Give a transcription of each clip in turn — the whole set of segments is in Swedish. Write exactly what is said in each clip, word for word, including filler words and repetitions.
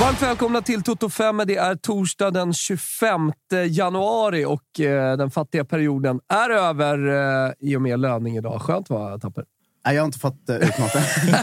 Varmt välkomna till Toto fem. Det är torsdag den tjugofemte januari och eh, den fattiga perioden är över eh, i och med löning idag. Skönt va, Tapper? Nej, jag har inte fått uh, ut maten.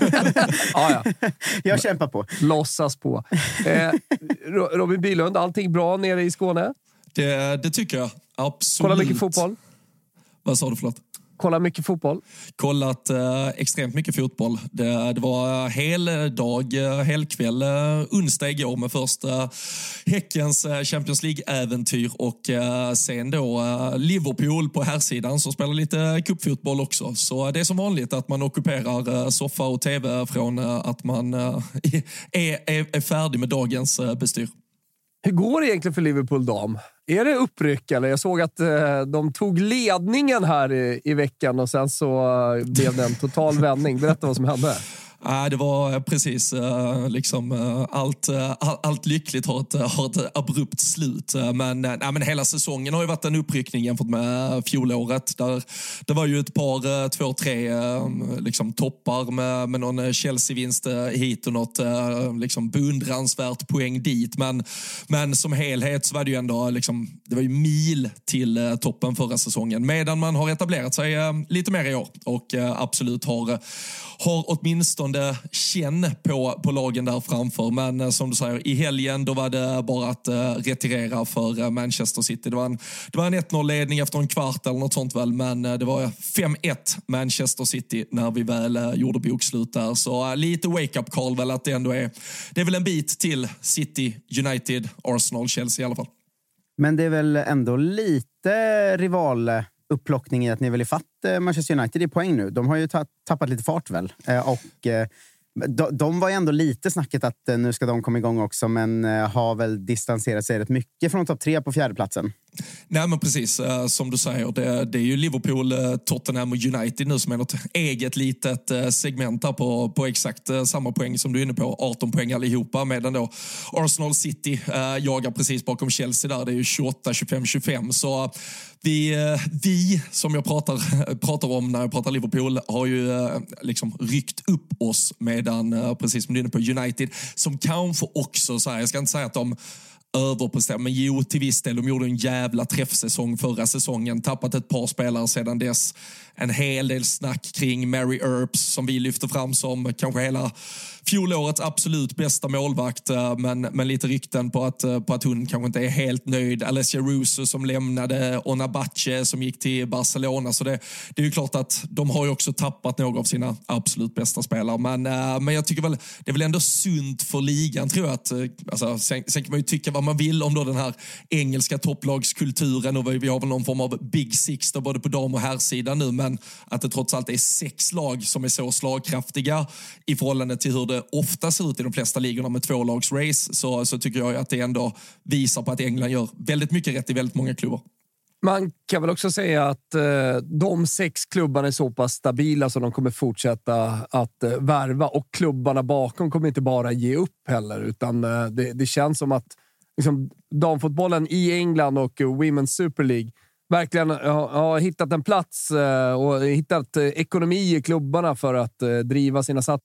ah, ja. Jag kämpar på. Låtsas på. Eh, Robin Bylund, allting bra nere i Skåne? Det, det tycker jag. Absolut. Kolla mycket fotboll? Vad sa du, förlåt? Kolla mycket fotboll? Kollat eh, extremt mycket fotboll. Det, det var hel dag, helkväll, eh, onsdag igår med första Häckens eh, Champions League-äventyr och eh, sen då eh, Liverpool på här sidan som spelar lite cupfotboll också. Så det är som vanligt att man ockuperar eh, soffa och tv från eh, att man eh, är, är, är färdig med dagens eh, bestyr. Hur går det egentligen för Liverpool dam? Är det uppryck eller? Jag såg att eh, de tog ledningen här i, i veckan och sen så eh, blev det en total vändning. Berätta vad som hände. Ja, det var precis uh, liksom uh, allt, uh, allt lyckligt har ett, har ett abrupt slut. Uh, men, uh, nej, men hela säsongen har ju varit en uppryckning jämfört med fjolåret. Där, det var ju ett par, uh, två, tre uh, liksom toppar med, med någon Chelsea-vinst uh, hit och något uh, liksom beundransvärt poäng dit. Men, men som helhet så var det ju ändå liksom, det var ju mil till uh, toppen förra säsongen. Medan man har etablerat sig uh, lite mer i år och uh, absolut har, uh, har åtminstone känn på, på lagen där framför. Men eh, som du säger, i helgen då var det bara att eh, retirera för eh, Manchester City. Det var en, det var en ett noll-ledning efter en kvart eller något sånt väl. Men eh, det var fem ett Manchester City när vi väl eh, gjorde bokslut där. Så eh, lite wake-up call väl att det ändå är, det är väl en bit till City, United, Arsenal, Chelsea i alla fall. Men det är väl ändå lite rival upplockning i att ni väl är fatt Manchester United i poäng nu. De har ju ta- tappat lite fart väl. Eh, och eh, de, de var ju ändå lite snacket att eh, nu ska de komma igång också, men eh, har väl distanserat sig rätt mycket från topp tre på fjärdeplatsen. Nej men precis, uh, som du säger, det, det är ju Liverpool, uh, Tottenham och United nu som är något eget litet uh, segment där på, på exakt uh, samma poäng som du är inne på, arton poäng allihopa, medan då Arsenal City uh, jagar precis bakom Chelsea där, det är ju tjugoåtta, tjugofem, tjugofem, så uh, vi, uh, vi som jag pratar, pratar om när jag pratar Liverpool har ju uh, liksom ryckt upp oss, medan uh, precis som du är inne på United, som kanske också, så här, jag ska inte säga att de överpresterar, men jo, till viss del, de gjorde en jävla träffsäsong förra säsongen, tappat ett par spelare sedan dess, en hel del snack kring Mary Earps som vi lyfter fram som kanske hela fjolårets absolut bästa målvakt, men, men lite rykten på att, på att hon kanske inte är helt nöjd. Alessia Russo som lämnade, Onabache som gick till Barcelona, så det, det är ju klart att de har ju också tappat några av sina absolut bästa spelare, men, men jag tycker väl, det är väl ändå sunt för ligan, tror jag att, alltså, sen, sen kan man ju tycka vad man vill om då den här engelska topplagskulturen, och vi har väl någon form av Big Six då, både på dam- och herrsidan nu, men att det trots allt är sex lag som är så slagkraftiga i förhållande till hur det ofta ser ut i de flesta ligorna med två lags race, så, så tycker jag att det ändå visar på att England gör väldigt mycket rätt i väldigt många klubbar. Man kan väl också säga att eh, de sex klubbarna är så pass stabila så de kommer fortsätta att eh, värva, och klubbarna bakom kommer inte bara ge upp heller, utan eh, det, det känns som att liksom, damfotbollen i England och uh, Women's Super League verkligen har, har hittat en plats eh, och hittat eh, ekonomi i klubbarna för att eh, driva sina satsningar.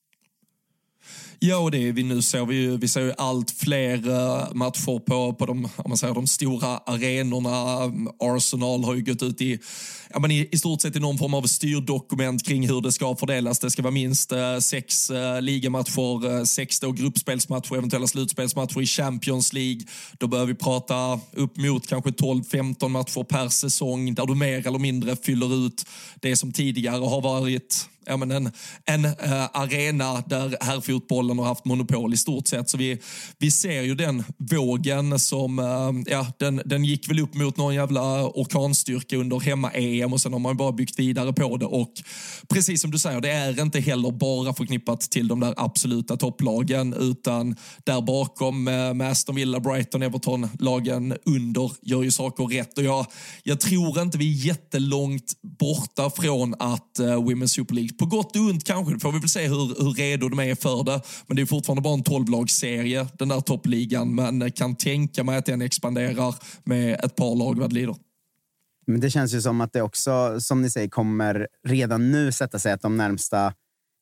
Ja, och det vi nu ser vi ju, vi ser ju allt fler uh, matcher på, på de, om man säger, de stora arenorna. Arsenal har ju gått ut i, ja, men i, i stort sett i någon form av styrdokument kring hur det ska fördelas. Det ska vara minst uh, sex uh, ligamatcher, uh, sex då gruppspelsmatcher, eventuella slutspelsmatcher i Champions League. Då börjar vi prata upp mot kanske tolv femton matcher per säsong, där du mer eller mindre fyller ut det som tidigare har varit, ja, men en, en uh, arena där herrfotbollen har haft monopol i stort sett. Så vi, vi ser ju den vågen som, uh, ja, den, den gick väl upp mot någon jävla orkanstyrka under hemma-E M, och sen har man bara byggt vidare på det. Och precis som du säger, det är inte heller bara förknippat till de där absoluta topplagen, utan där bakom uh, med Aston Villa, Brighton, Everton, lagen under gör ju saker rätt. Och jag, jag tror inte vi är jättelångt borta från att uh, Women's Super League, på gott och ont kanske, får vi väl se hur, hur redo de är för det, men det är fortfarande bara en tolv-lagsserie, den där toppligan, men kan tänka mig att den expanderar med ett par lag vad det lider. Men det känns ju som att det också, som ni säger, kommer redan nu sätta sig att de närmsta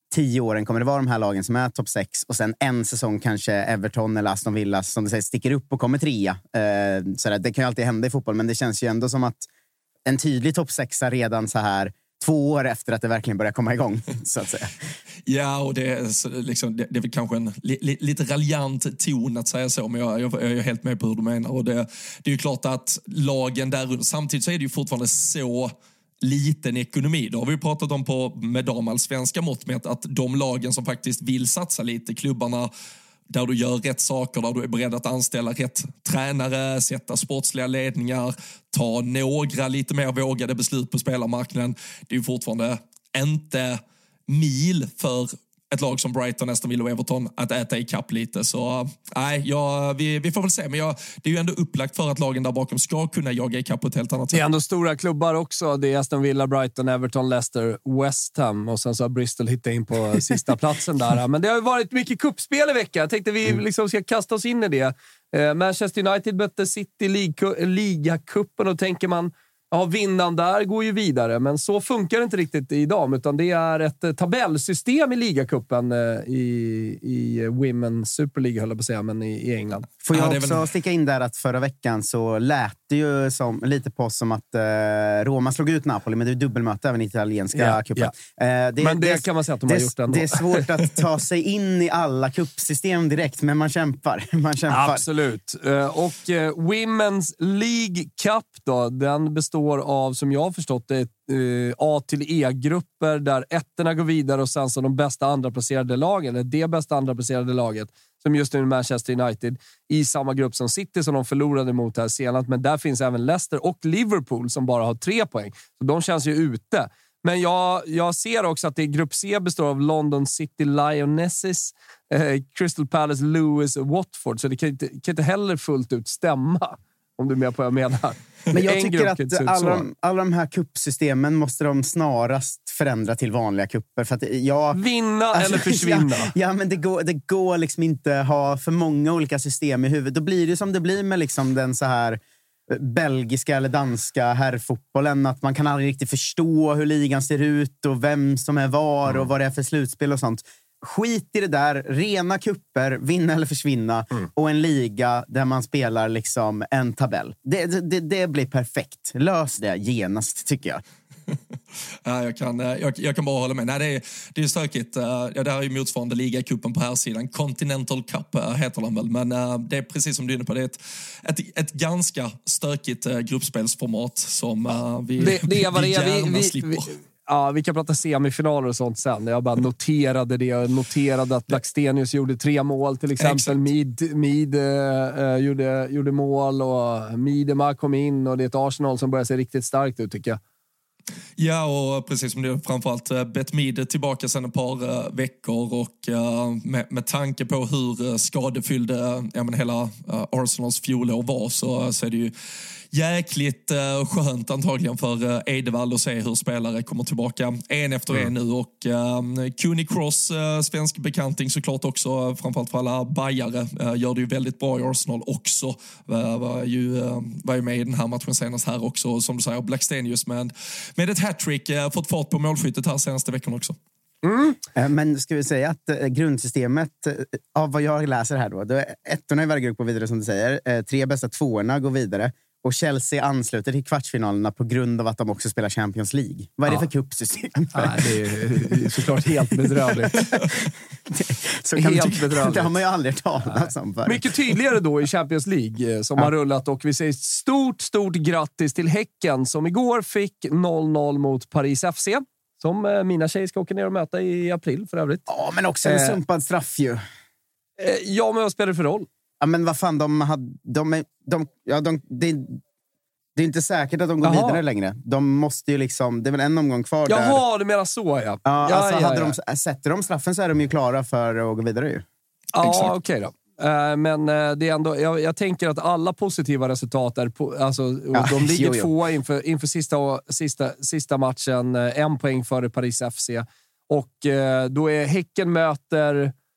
tio åren kommer det vara de här lagen som är topp sex och sen en säsong kanske Everton eller Aston Villa som du säger sticker upp och kommer trea. Eh, så det kan ju alltid hända i fotboll, men det känns ju ändå som att en tydlig topp sexa redan så här två år efter att det verkligen börjar komma igång, så att säga. Ja, och det är, liksom, det, det är väl kanske en li, li, lite raljant ton att säga så, men jag, jag, jag är helt med på hur du menar. Och det, det är ju klart att lagen där, samtidigt så är det ju fortfarande så liten ekonomi. Det har vi ju pratat om på, med damallsvenska mått med att de lagen som faktiskt vill satsa lite, klubbarna där du gör rätt saker, där du är beredd att anställa rätt tränare, sätta sportsliga ledningar, ta några lite mer vågade beslut på spelarmarknaden. Det är ju fortfarande inte mil för ett lag som Brighton, Aston Villa och Everton att äta i kapp lite. Så nej, ja, vi, vi får väl se. Men jag, det är ju ändå upplagt för att lagen där bakom ska kunna jaga i kapp på ett helt annat sätt. Det är ändå stora klubbar också. Det är Aston Villa, Brighton, Everton, Leicester, West Ham. Och sen så har Bristol hittat in på sista platsen där. Men det har ju varit mycket kuppspel i veckan. Jag tänkte vi liksom ska kasta oss in i det. Eh, Manchester United mötte City i ligacupen och tänker man, ja, vinnaren där går ju vidare, men så funkar det inte riktigt idag, utan det är ett tabellsystem i ligacupen i, i Women's Super League, höll jag på att säga, men i, i England. Får jag ja, också väl... sticka in där att förra veckan så lät det ju som, lite på som att eh, Roma slog ut Napoli, men det är dubbelmöte även i italienska ja, cupen. Ja. Eh, det, men det, det kan man säga att de det, har gjort ändå. Det är svårt att ta sig in i alla cupsystem direkt, men man kämpar. man kämpar. Absolut. Och Women's League Cup då, den består av, som jag har förstått det, A till E-grupper där ettorna går vidare och sen så de bästa andra placerade lagen, eller det bästa andra placerade laget, som just nu är Manchester United, i samma grupp som City som de förlorade mot här senast. Men där finns även Leicester och Liverpool som bara har tre poäng. Så de känns ju ute. Men jag, jag ser också att det i grupp C består av London City Lionesses, eh, Crystal Palace, Lewis och Watford. Så det kan inte, kan inte heller fullt ut stämma, om du är med på vad jag menar. Men jag tycker att alla de, alla de här kuppsystemen måste de snarast förändra till vanliga kupper. För att jag, Vinna alltså, eller försvinna. Ja, ja men det går, det går liksom inte ha för många olika system i huvudet. Då blir det som det blir med liksom den så här belgiska eller danska herrfotbollen, att man kan aldrig riktigt förstå hur ligan ser ut och vem som är var och vad det är för slutspel och sånt. Skit i det där, rena kupper, vinna eller försvinna, mm. och en liga där man spelar liksom en tabell. Det, det, det blir perfekt. Lös det genast, tycker jag. Ja, jag, kan, jag, jag kan bara hålla med. Nej, det är, det är stökigt. Ja, det här är ju motsvarande ligacupen på här sidan. Continental Cup heter den väl. Men det är precis som du är inne på. Det är ett, ett, ett ganska stökigt gruppspelsformat som ja, vi, det, det är vad vi gärna vi, vi, slipper. Vi, Ja, vi kan prata semifinaler och sånt sen. Jag bara noterade det. Jag noterade att Blackstenius gjorde tre mål till exempel. Mid, Mid uh, gjorde, gjorde mål och Midema kom in och det är ett Arsenal som börjar se riktigt starkt ut, tycker jag. Ja, och precis som det, framförallt Betmid tillbaka sedan ett par uh, veckor och uh, med, med tanke på hur uh, skadefyllde ja, men hela uh, Arsenals fjolår var så, så är det ju jäkligt uh, skönt antagligen för uh, Eidevall att se hur spelare kommer tillbaka en efter en mm. nu och uh, Cooney Cross, uh, svensk bekanting såklart också, uh, framförallt för alla bajare, uh, gör det ju väldigt bra i Arsenal också. Uh, var, ju, uh, var ju med i den här matchen senast här också, som du säger, Blackstenius med, med ett hattrick, uh, fått fart på målskyttet här senaste veckan också. Mm. Men ska vi säga att eh, grundsystemet eh, av vad jag läser här då, då är ettorna i varje grupp går vidare som du säger, eh, tre bästa tvåorna går vidare och Chelsea ansluter till kvartsfinalerna på grund av att de också spelar Champions League. Vad är ja. det för kuppsystem? Ja, det är såklart helt bedrövligt. Så kan helt tycka, bedrövligt. Det har man ju aldrig talat om för. Mycket tydligare då i Champions League som ja. har rullat, och vi säger stort, stort grattis till Häcken som igår fick noll noll mot Paris F C. Som mina tjejer ska åka ner och möta i april för övrigt. Ja, men också en eh, sumpad straff ju. Eh, ja, men vad spelar det för roll? Ja, men vad fan, de hade... De, de, ja, de, det, det är inte säkert att de går Jaha. vidare längre. De måste ju liksom... Det är väl en omgång kvar Jaha, där. Jaha, du menar så, ja. Ja, ja alltså ja, hade ja. de, sätter de straffen så är de ju klara för att gå vidare ju. Ja, okej okay då. Men det är ändå, jag, jag tänker att alla positiva resultat är på, alltså, ja, de ligger jo, jo. två inför, inför sista, sista, sista matchen, en poäng före Paris F C, och då är Häcken möter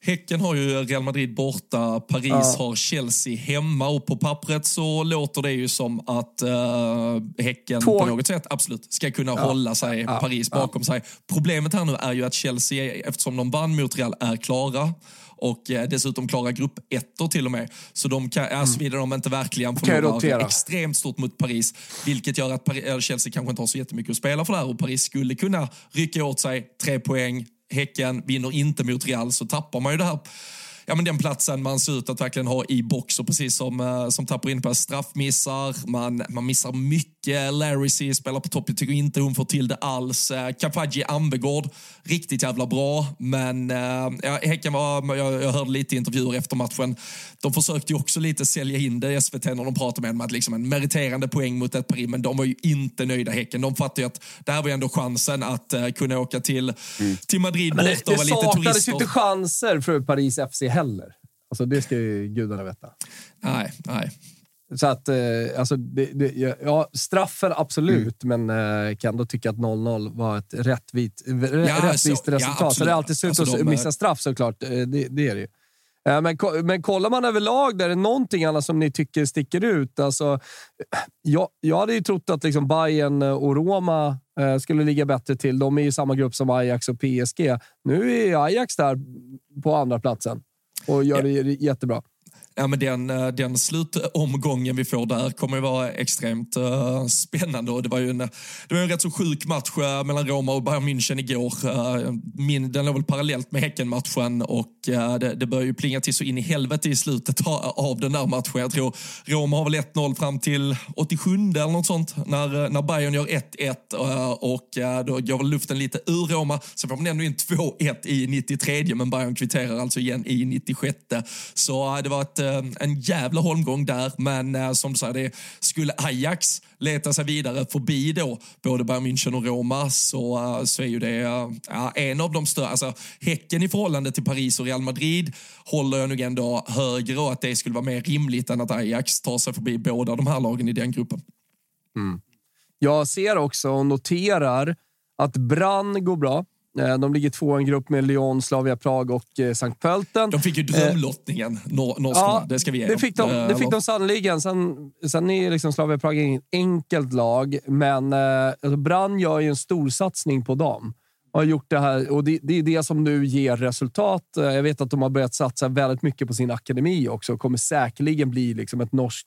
Häcken har ju Real Madrid borta, Paris ja. har Chelsea hemma och på pappret så låter det ju som att uh, Häcken Två. på något sätt absolut ska kunna ja. hålla sig ja. Paris bakom ja. sig. Problemet här nu är ju att Chelsea, eftersom de vann mot Real, är klara. Och eh, dessutom klara grupp ettor till och med. Så de kan, mm. såvida de inte verkligen förlorar extremt stort mot Paris. Vilket gör att Paris, Chelsea kanske inte har så jättemycket att spela för det här. Och Paris skulle kunna rycka åt sig tre poäng. Häcken vinner inte mot Real, så tappar man ju det här. Ja, men den platsen man ser ut att verkligen ha i box, och precis som, uh, som tappar in på straffmissar. Man, man missar mycket. Larry C spelar på topp. Jag tycker inte hon får till det alls. Uh, Kapaji Ambegård, riktigt jävla bra. Men uh, ja, Häcken var, jag, jag hörde lite intervjuer efter matchen. De försökte ju också lite sälja in det i S V T när de pratade med en, att liksom en meriterande poäng mot ett Paris. Men de var ju inte nöjda, Häcken. De fattade ju att det här var ändå chansen att uh, kunna åka till, mm. till Madrid. Men det, det, det saknades ju inte chanser för Paris F C heller. Alltså det ska ju gudarna veta. Nej, nej. Så att, eh, alltså, det, det, ja, straffen absolut, mm. men eh, kan ändå tycka att noll noll var ett rättvit, ja, rättvist så, resultat. Ja, så det är alltid slut alltså, att de, missa straff såklart, det, det är det ju. Eh, men, men kollar man överlag, där är det någonting annat som ni tycker sticker ut. Alltså, jag, jag hade ju trott att liksom Bayern och Roma eh, skulle ligga bättre till. De är ju samma grupp som Ajax och P S G. Nu är Ajax där på andra platsen och gör ja. det jättebra. Ja, men den, den slutomgången vi får där kommer ju vara extremt uh, spännande. Och det var ju en, det var en rätt så sjuk match uh, mellan Roma och Bayern München igår. Uh, min, den låg väl parallellt med Häcken-matchen, och uh, det, det börjar ju plinga till så in i helvete i slutet av den där matchen. Jag tror Roma har väl ett noll fram till åttiosju eller något sånt när, när Bayern gör ett ett uh, och uh, då går väl luften lite ur Roma. Så får man ändå in två ett i nittiotre, men Bayern kvitterar alltså igen i nittiosju. Så uh, det var ett en jävla holmgång där, men äh, som du sa, det skulle Ajax leta sig vidare förbi då både Bayern München och Roma, så, äh, så är ju det äh, en av de större, alltså Häcken i förhållande till Paris och Real Madrid håller jag nog ändå högre, och att det skulle vara mer rimligt än att Ajax tar sig förbi båda de här lagen i den gruppen. Mm. Jag ser också och noterar att Brann går bra. De ligger två i en grupp med Lyon, Slavia Prag och eh, Sankt Pölten. De fick ju drömlottningen, eh, nor- ja, det ska vi ge det fick de, det fick de sannoliken. Sen, sen är liksom Slavia Prag inget enkelt lag, men eh, alltså Brann gör ju en stor satsning på dem. Har gjort det här, och det, det är det som nu ger resultat. Jag vet att de har börjat satsa väldigt mycket på sin akademi också, och kommer säkerligen bli liksom ett norskt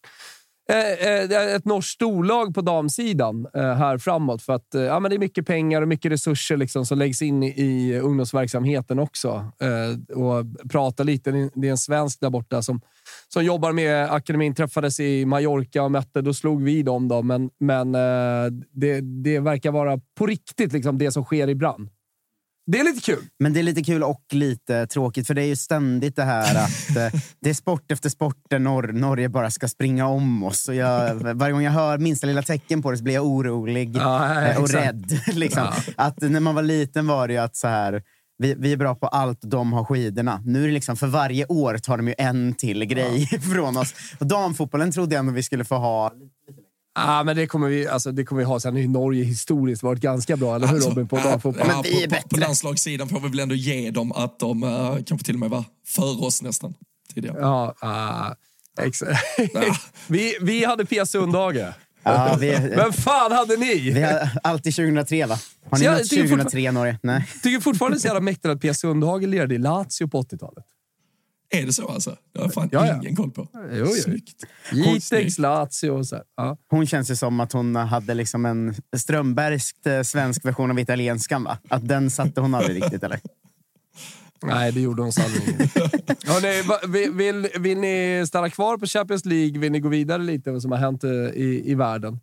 ett norskt storlag på damsidan här framåt, för att ja, men det är mycket pengar och mycket resurser liksom som läggs in i ungdomsverksamheten också. Och prata lite, det är en svensk där borta som, som jobbar med akademin, träffades i Mallorca och mötte, då slog vi dem då, men, men det, det verkar vara på riktigt liksom det som sker i Brann. Det är lite kul. Men det är lite kul och lite tråkigt, för det är ju ständigt det här att eh, det är sport efter sport där Nor- Norge bara ska springa om oss. Och jag, varje gång jag hör minsta lilla tecken på det så blir jag orolig ja, eh, och rädd. Liksom. Ja. Att när man var liten var det ju att så här, vi, vi är bra på allt, de har skidorna. Nu är det liksom, för varje år tar de ju en till grej ja. från oss. Och damfotbollen trodde jag ändå vi skulle få ha. Ja, ah, men det kommer vi, alltså, det kommer vi ha. Sen i Norge historiskt varit ganska bra, eller hur alltså, Robin? På, äh, på, ja, på, på, på landslagssidan får vi väl ändå ge dem att de uh, kanske till och med var för oss nästan tidigare. Ja, uh, exakt. Ja. vi, vi hade P S Sundhage. Ja, vi, men fan hade ni? Vi har alltid tjugohundratre, va? Har ni något tjugohundratre Norge? Nej. Tycker fortfarande så jävla mäktigt att P S Sundhage ledde i Lazio på åttiotalet. Är det så alltså? Det har fan ja, ja. ingen koll på. Jo, Snyggt. Jitex, Lazio och så. Ja. Hon känns ju som att hon hade liksom en strömbergskt svensk version av italienskan, va? Att den satte hon aldrig riktigt, eller? Nej, det gjorde hon sannolikt. Hörrni, vill, vill, vill ni stanna kvar på Champions League? Vill ni gå vidare lite vad som har hänt i, i världen?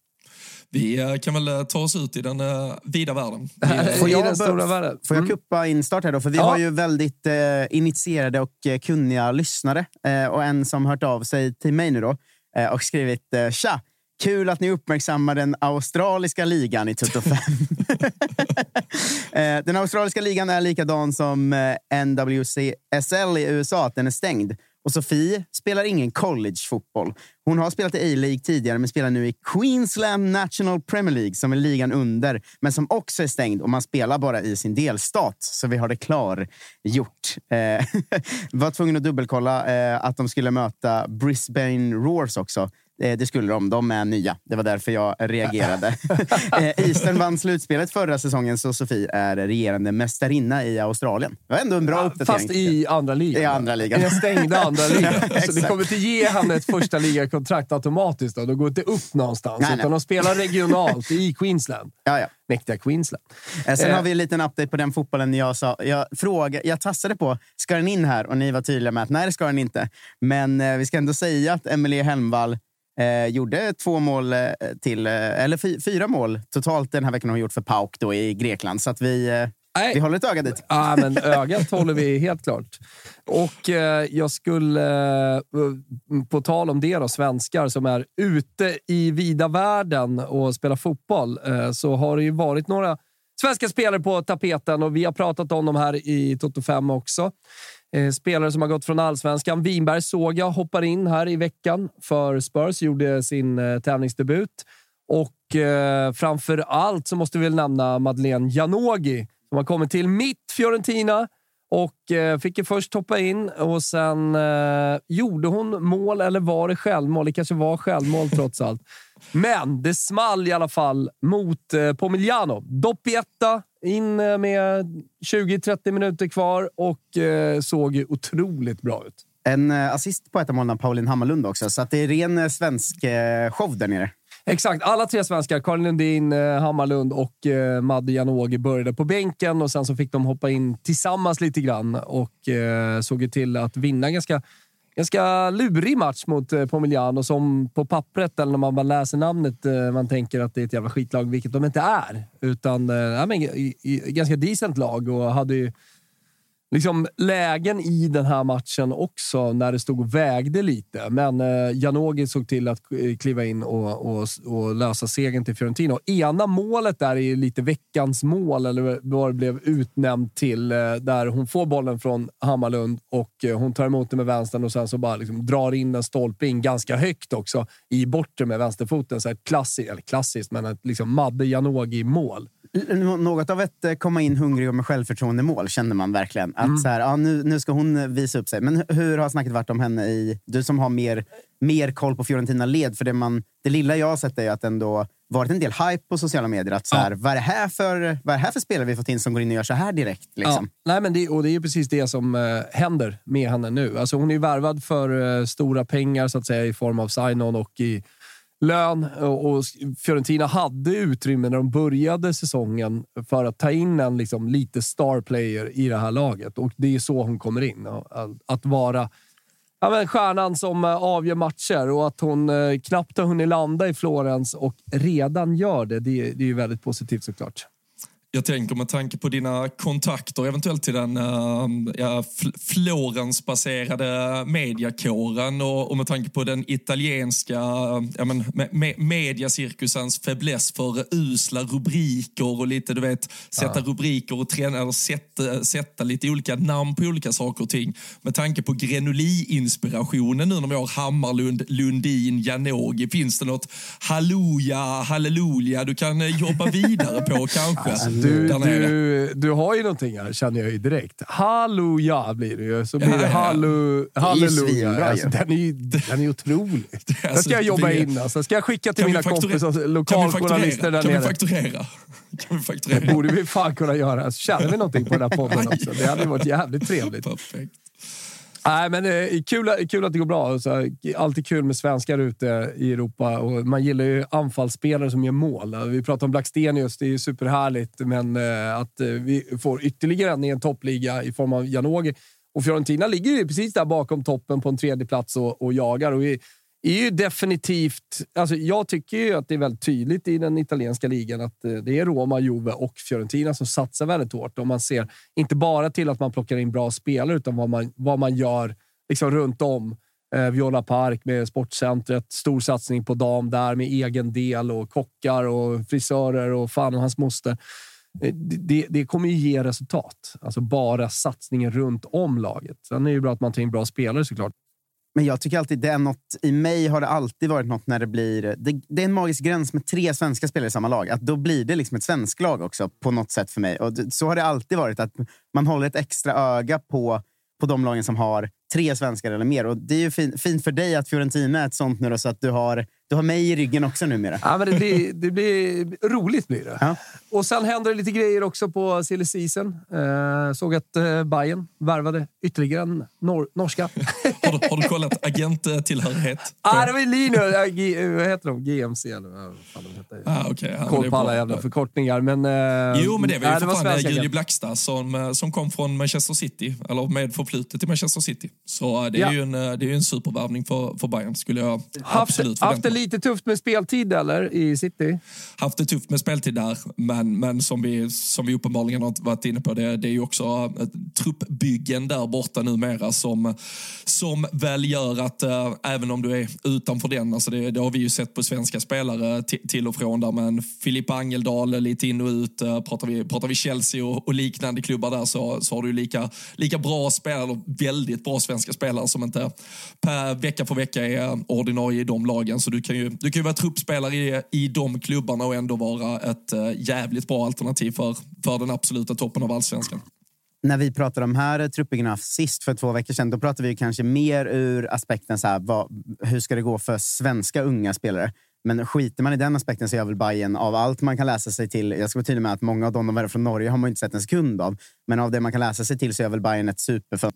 Vi kan väl ta oss ut i den uh, vida världen. Får jag, den stora världen. Får jag kuppa in start här då? För vi ja. har ju väldigt eh, initierade och eh, kunniga lyssnare. Eh, och en som hört av sig till mig nu då. Eh, och skrivit, eh, tja, kul att ni uppmärksammar den australiska ligan i Toto fem. eh, den australiska ligan är likadan som eh, N W C S L i U S A, att den är stängd. Och Sofie spelar ingen college-fotboll. Hon har spelat i A-League tidigare men spelar nu i Queensland National Premier League som är ligan under. Men som också är stängd och man spelar bara i sin delstat. Så vi har det klar gjort. Eh, var tvungen att dubbelkolla eh, att de skulle möta Brisbane Roars också. Eh, det skulle de. De är nya. Det var därför jag reagerade. eh, Eastern vann slutspelet förra säsongen så Sofie är regerande mästarinna i Australien. Det var ändå en bra ja, uppdatering. Fast i andra ligan. I andra ligan. I den stängda andra ligan. Så det kommer inte ge henne ett första ligakontrakt automatiskt. Då. De går inte upp någonstans. Nej, utan nej. De spelar regionalt i Queensland. Ja, ja. Mäktiga Queensland. Eh, sen eh. har vi en liten update på den fotbollen jag sa. Jag frågade, jag tassade på, ska den in här? Och ni var tydliga med att nej, det ska den inte. Men eh, vi ska ändå säga att Emelie Helmvall Eh, gjorde två mål eh, till, eh, eller fy, fyra mål totalt den här veckan har hon gjort för P A O K då i Grekland. Så att vi, eh, vi håller ett öga dit. Ja, men ögat håller vi helt klart. Och eh, jag skulle, eh, på tal om det då, svenskar som är ute i vida världen och spelar fotboll, eh, så har det ju varit några svenska spelare på tapeten och vi har pratat om dem här i Toto fem också. Eh, spelare som har gått från allsvenskan. Winberg såg jag hoppar in här i veckan för Spurs, gjorde sin eh, tävlingsdebut. Och eh, framför allt så måste vi väl nämna Madeleine Janogy som har kommit till mitt Fiorentina och eh, fick ju först hoppa in och sen eh, gjorde hon mål eller var det självmål? Det kanske var självmål trots allt. Men det small i alla fall mot eh, Pomigliano. Doppietta in med tjugo till trettio minuter kvar och eh, såg otroligt bra ut. En eh, assist på ett av målen av Pauline Hammarlund också. Så att det är ren eh, svensk eh, show där nere. Exakt, alla tre svenskar, Karin Lundin, eh, Hammarlund och eh, Madde Janogy började på bänken och sen så fick de hoppa in tillsammans lite grann och eh, såg till att vinna ganska Ganska lurig match mot eh, Pomigliano som på pappret eller när man bara läser namnet eh, man tänker att det är ett jävla skitlag, vilket de inte är. Utan eh, ja, men, i, i, ganska decent lag och hade ju liksom lägen i den här matchen också när det stod och vägde lite. Men eh, Janogy såg till att kliva in och, och, och lösa segern till Fiorentina. Och ena målet där är lite veckans mål eller vad det blev utnämnt till eh, där hon får bollen från Hammarlund och eh, hon tar emot den med vänstern och sen så bara liksom drar in en stolpe in ganska högt också i bortre med vänsterfoten. Så ett klassiskt, eller klassiskt men ett liksom Madde Janogy mål. Något av ett komma in hungrig och med självförtroende mål känner man verkligen. Att mm. så här, ja, nu, nu ska hon visa upp sig. Men hur har snacket varit om henne i... Du som har mer, mer koll på Fiorentina-led. För det, man, det lilla jag har sett är att ändå varit en del hype på sociala medier. Att så här, ja. vad, är det här för, vad är det här för spelare vi fått in som går in och gör så här direkt? Liksom? Ja. Nej, men det, och det är ju precis det som uh, händer med henne nu. Alltså, hon är ju värvad för uh, stora pengar så att säga i form av sign-on och i lön och Fiorentina hade utrymme när de började säsongen för att ta in en liksom lite star player i det här laget och det är så hon kommer in att vara ja, men stjärnan som avgör matcher och att hon knappt har hunnit landa i Florens och redan gör det, det är, det är ju väldigt positivt såklart. Jag tänker med tanke på dina kontakter eventuellt till den uh, ja, Florens-baserade mediakåren och, och med tanke på den italienska uh, ja, men, me- mediacirkusens fäbless för usla rubriker och lite, du vet, sätta ja. rubriker och träna, eller sätta, sätta lite olika namn på olika saker och ting. Med tanke på Grenoli-inspirationen nu när vi har Hammarlund, Lundin, Janogy, finns det något halleluja, halleluja du kan jobba vidare på kanske? Alltså, Du, du, du har ju någonting här, känner jag ju direkt. Halleluja blir det ju. Så blir ja, det hallu, ja. halleluja. Alltså, den är ju den är otrolig. Den alltså, ska jag jobba vi, in. Alltså. Ska jag skicka till mina kompisar, lokaljournalister där nere. Kan vi fakturera? Kan vi fakturera? Det borde vi fan kunna göra. Så känner vi någonting på den här podden också. Det hade varit jävligt trevligt. Perfekt. Nej, men det är kul, kul att det går bra. Så, alltid kul med svenskar ute i Europa. Och man gillar ju anfallsspelare som gör mål. Vi pratar om Blackstenius, det är ju superhärligt. Men eh, att eh, vi får ytterligare en i en toppliga i form av Janogy. Och Fiorentina ligger ju precis där bakom toppen på en tredje plats och, och jagar. Och vi är ju definitivt... Alltså jag tycker ju att det är väldigt tydligt i den italienska ligan att eh, det är Roma, Juve och Fiorentina som satsar väldigt hårt. Och man ser inte bara till att man plockar in bra spelare utan vad man, vad man gör liksom runt om. Eh, Viola Park med sportcentret, stor satsning på dam där med egen del och kockar och frisörer och fan och hans moster. Eh, det, det kommer ju ge resultat. Alltså bara satsningen runt om laget. Sen är det ju bra att man tar in bra spelare såklart. Men jag tycker alltid det är något, i mig har det alltid varit något när det blir, det, det är en magisk gräns med tre svenska spelare i samma lag. Att då blir det liksom ett svensk lag också på något sätt för mig. Och det, så har det alltid varit, att man håller ett extra öga på, på de lagen som har tre svenskar eller mer. Och det är ju fin, fint för dig att Fiorentina är ett sånt nu då, så att du har, du har mig i ryggen också numera. Ja, men det blir, det blir roligt blir det. Ja. Och sen händer det lite grejer också på silly season. Eh, såg att eh, Bayern värvade ytterligare en nor- norska. Har du, har du kollat agenttillhörighet? Ah, det var ju Linus. Äh, G- vad heter de? G M C eller vad fan de heter. Ah, okay. Ja, koll på alla jävla förkortningar. Men, eh, jo, men det var ju nej, för det fan var Julie Blackstad som, som kom från Manchester City. Eller med förflutet till Manchester City. Så det är, ja. ju, en, det är ju en supervärvning för, för Bayern, skulle jag haft, absolut förvänta. Haft det lite tufft med speltid, eller? I City? Haft det tufft med speltid där. Men, men som, vi, som vi uppenbarligen har varit inne på, det, det är ju också ett truppbyggen där borta numera som, som väl gör att äh, även om du är utanför den, alltså det, det har vi ju sett på svenska spelare t- till och från där, men Filip Angeldal lite in och ut, äh, pratar, vi, pratar vi Chelsea och, och liknande klubbar där, så, så har du ju lika, lika bra spelare, väldigt bra svenska spelare som inte per vecka för vecka är ordinarie i de lagen, så du kan ju, du kan ju vara truppspelare i, i de klubbarna och ändå vara ett äh, jävligt bra alternativ för, för den absoluta toppen av allsvenskan. När vi pratade om här truppbyggarna sist för två veckor sedan, då pratade vi kanske mer ur aspekten så här, vad, hur ska det gå för svenska unga spelare? Men skiter man i den aspekten så är väl Bayern, av allt man kan läsa sig till, jag ska vara tydlig med att många av de de är från Norge har man inte sett en sekund av, men av det man kan läsa sig till så är väl Bayern ett superfönster.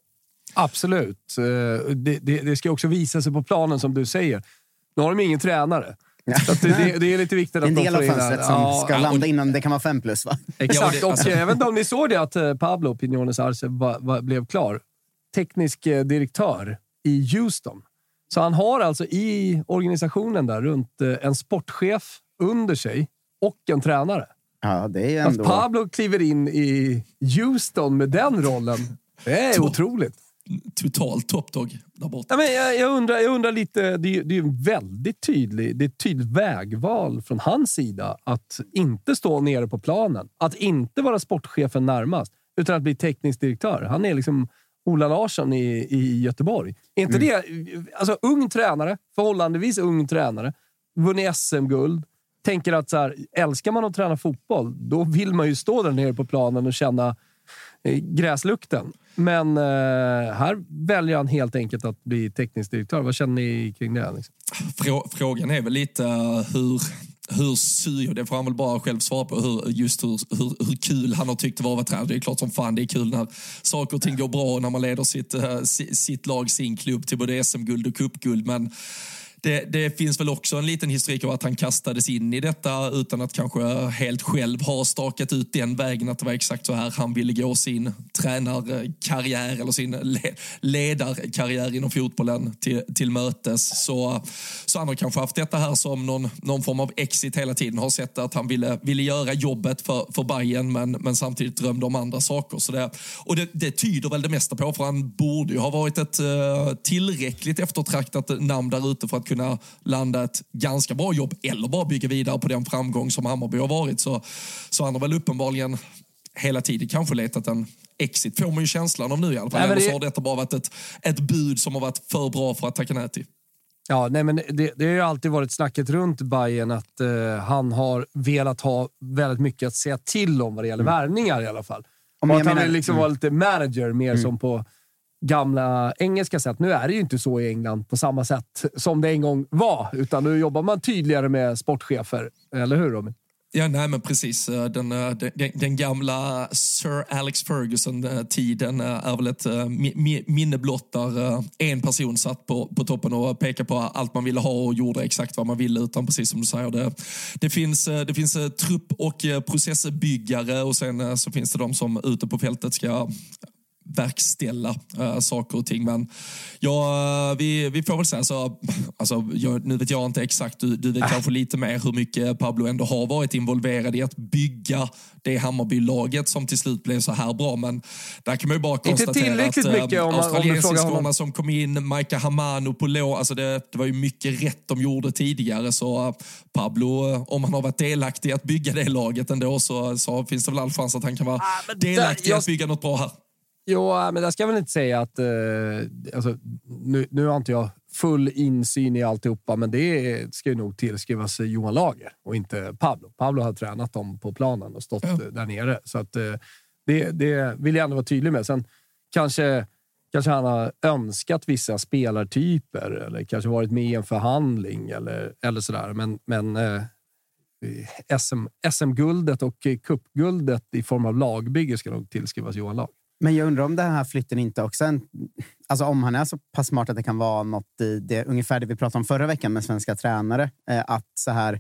Absolut. Det, det, det ska också visa sig på planen, som du säger. Nu har de ingen tränare. Så att det, det, det är lite viktigt att en del av de fönstret som ja, ska landa innan det kan vara fem plus, va? Exakt, ja, och alltså. jag vet inte om ni såg det att Pablo Piñones Arce var, var, blev klar. Teknisk direktör i Houston. Så han har alltså i organisationen där runt en sportchef under sig och en tränare. Ja, det är ändå... Att Pablo kliver in i Houston med den rollen, det är Top. otroligt. Totalt toppdog där borta. Ja, men jag, jag, undrar, jag undrar lite, det är, det är en väldigt tydlig, det är ett tydligt vägval från hans sida att inte stå nere på planen. Att inte vara sportchefen närmast, utan att bli teknisk direktör. Han är liksom Ola Larsson i, i Göteborg. Är inte mm. det, alltså ung tränare, förhållandevis ung tränare, vunnit S M-guld, tänker att så här, älskar man att träna fotboll, då vill man ju stå där nere på planen och känna eh, gräslukten. Men eh, här väljer han helt enkelt att bli teknisk direktör. Vad känner ni kring det? Liksom? Frå- frågan är väl lite uh, hur... hur syr, det får han väl bara själv svara på, hur, just hur, hur, hur kul han har tyckt det var att vara tränare. Det är klart som fan det är kul när saker och ting går bra, när man leder sitt, uh, sitt lag, sin klubb till både S M-guld och cupguld, men Det, det finns väl också en liten historik av att han kastades in i detta utan att kanske helt själv ha stakat ut den vägen, att det var exakt så här han ville gå sin tränarkarriär eller sin le- ledarkarriär inom fotbollen till, till mötes. Så, så han har kanske haft detta här som någon, någon form av exit hela tiden. Har sett att han ville, ville göra jobbet för, för Bayern men, men samtidigt drömde om andra saker. Så det, och det, det tyder väl det mesta på, för han borde ju ha varit ett uh, tillräckligt eftertraktat namn där ute för att kunna landa ett ganska bra jobb eller bara bygga vidare på den framgång som Hammarby har varit. Så, så han har väl uppenbarligen hela tiden kanske letat en exit. Får man ju känslan av nu i alla fall. Eller så har detta bara varit ett, ett bud som har varit för bra för att tacka nej till. Ja, nej, men det, det har ju alltid varit snacket runt Bayern att uh, han har velat ha väldigt mycket att säga till om vad det gäller mm. värvningar i alla fall. Om och att han vill liksom mm. vara lite manager mer mm. som på gamla engelska sätt. Nu är det ju inte så i England på samma sätt som det en gång var, utan nu jobbar man tydligare med sportchefer. Eller hur, Robin? Ja, nej men precis. Den, den, den gamla Sir Alex Ferguson-tiden är väl ett minne blott där en person satt på, på toppen och pekade på allt man ville ha och gjorde exakt vad man ville, utan precis som du säger. Det, det, finns, det finns trupp- och processbyggare och sen så finns det de som ute på fältet ska verkställa äh, saker och ting, men ja, vi, vi får väl säga så, alltså, jag, nu vet jag inte exakt, du, du vet äh. kanske lite mer hur mycket Pablo ändå har varit involverad i att bygga det Hammarby-laget som till slut blev så här bra, men där kan man ju bara konstatera att mycket äh, om, australiensiskorna som kom in, Maika Hamano på lå, alltså det, det var ju mycket rätt de gjorde tidigare, så äh, Pablo, om han har varit delaktig i att bygga det laget ändå, så, så finns det väl all chans att han kan vara ah, delaktig i jag... att bygga något bra här. Jo, men det ska jag väl inte säga att... Eh, alltså, nu, nu har inte jag full insyn i alltihopa, men det ska ju nog tillskrivas Johan Lager och inte Pablo. Pablo har tränat dem på planen och stått ja. där nere. Så att, eh, det, det vill jag ändå vara tydlig med. Sen kanske, kanske han har önskat vissa spelartyper eller kanske varit med i en förhandling eller, eller sådär. Men, men eh, S M, S M-guldet och cupguldet i form av lagbygge ska nog tillskrivas Johan Lager. Men jag undrar om den här flytten inte också... En, alltså om han är så pass smart att det kan vara något i det, ungefär det vi pratade om förra veckan med svenska tränare. Eh, att så här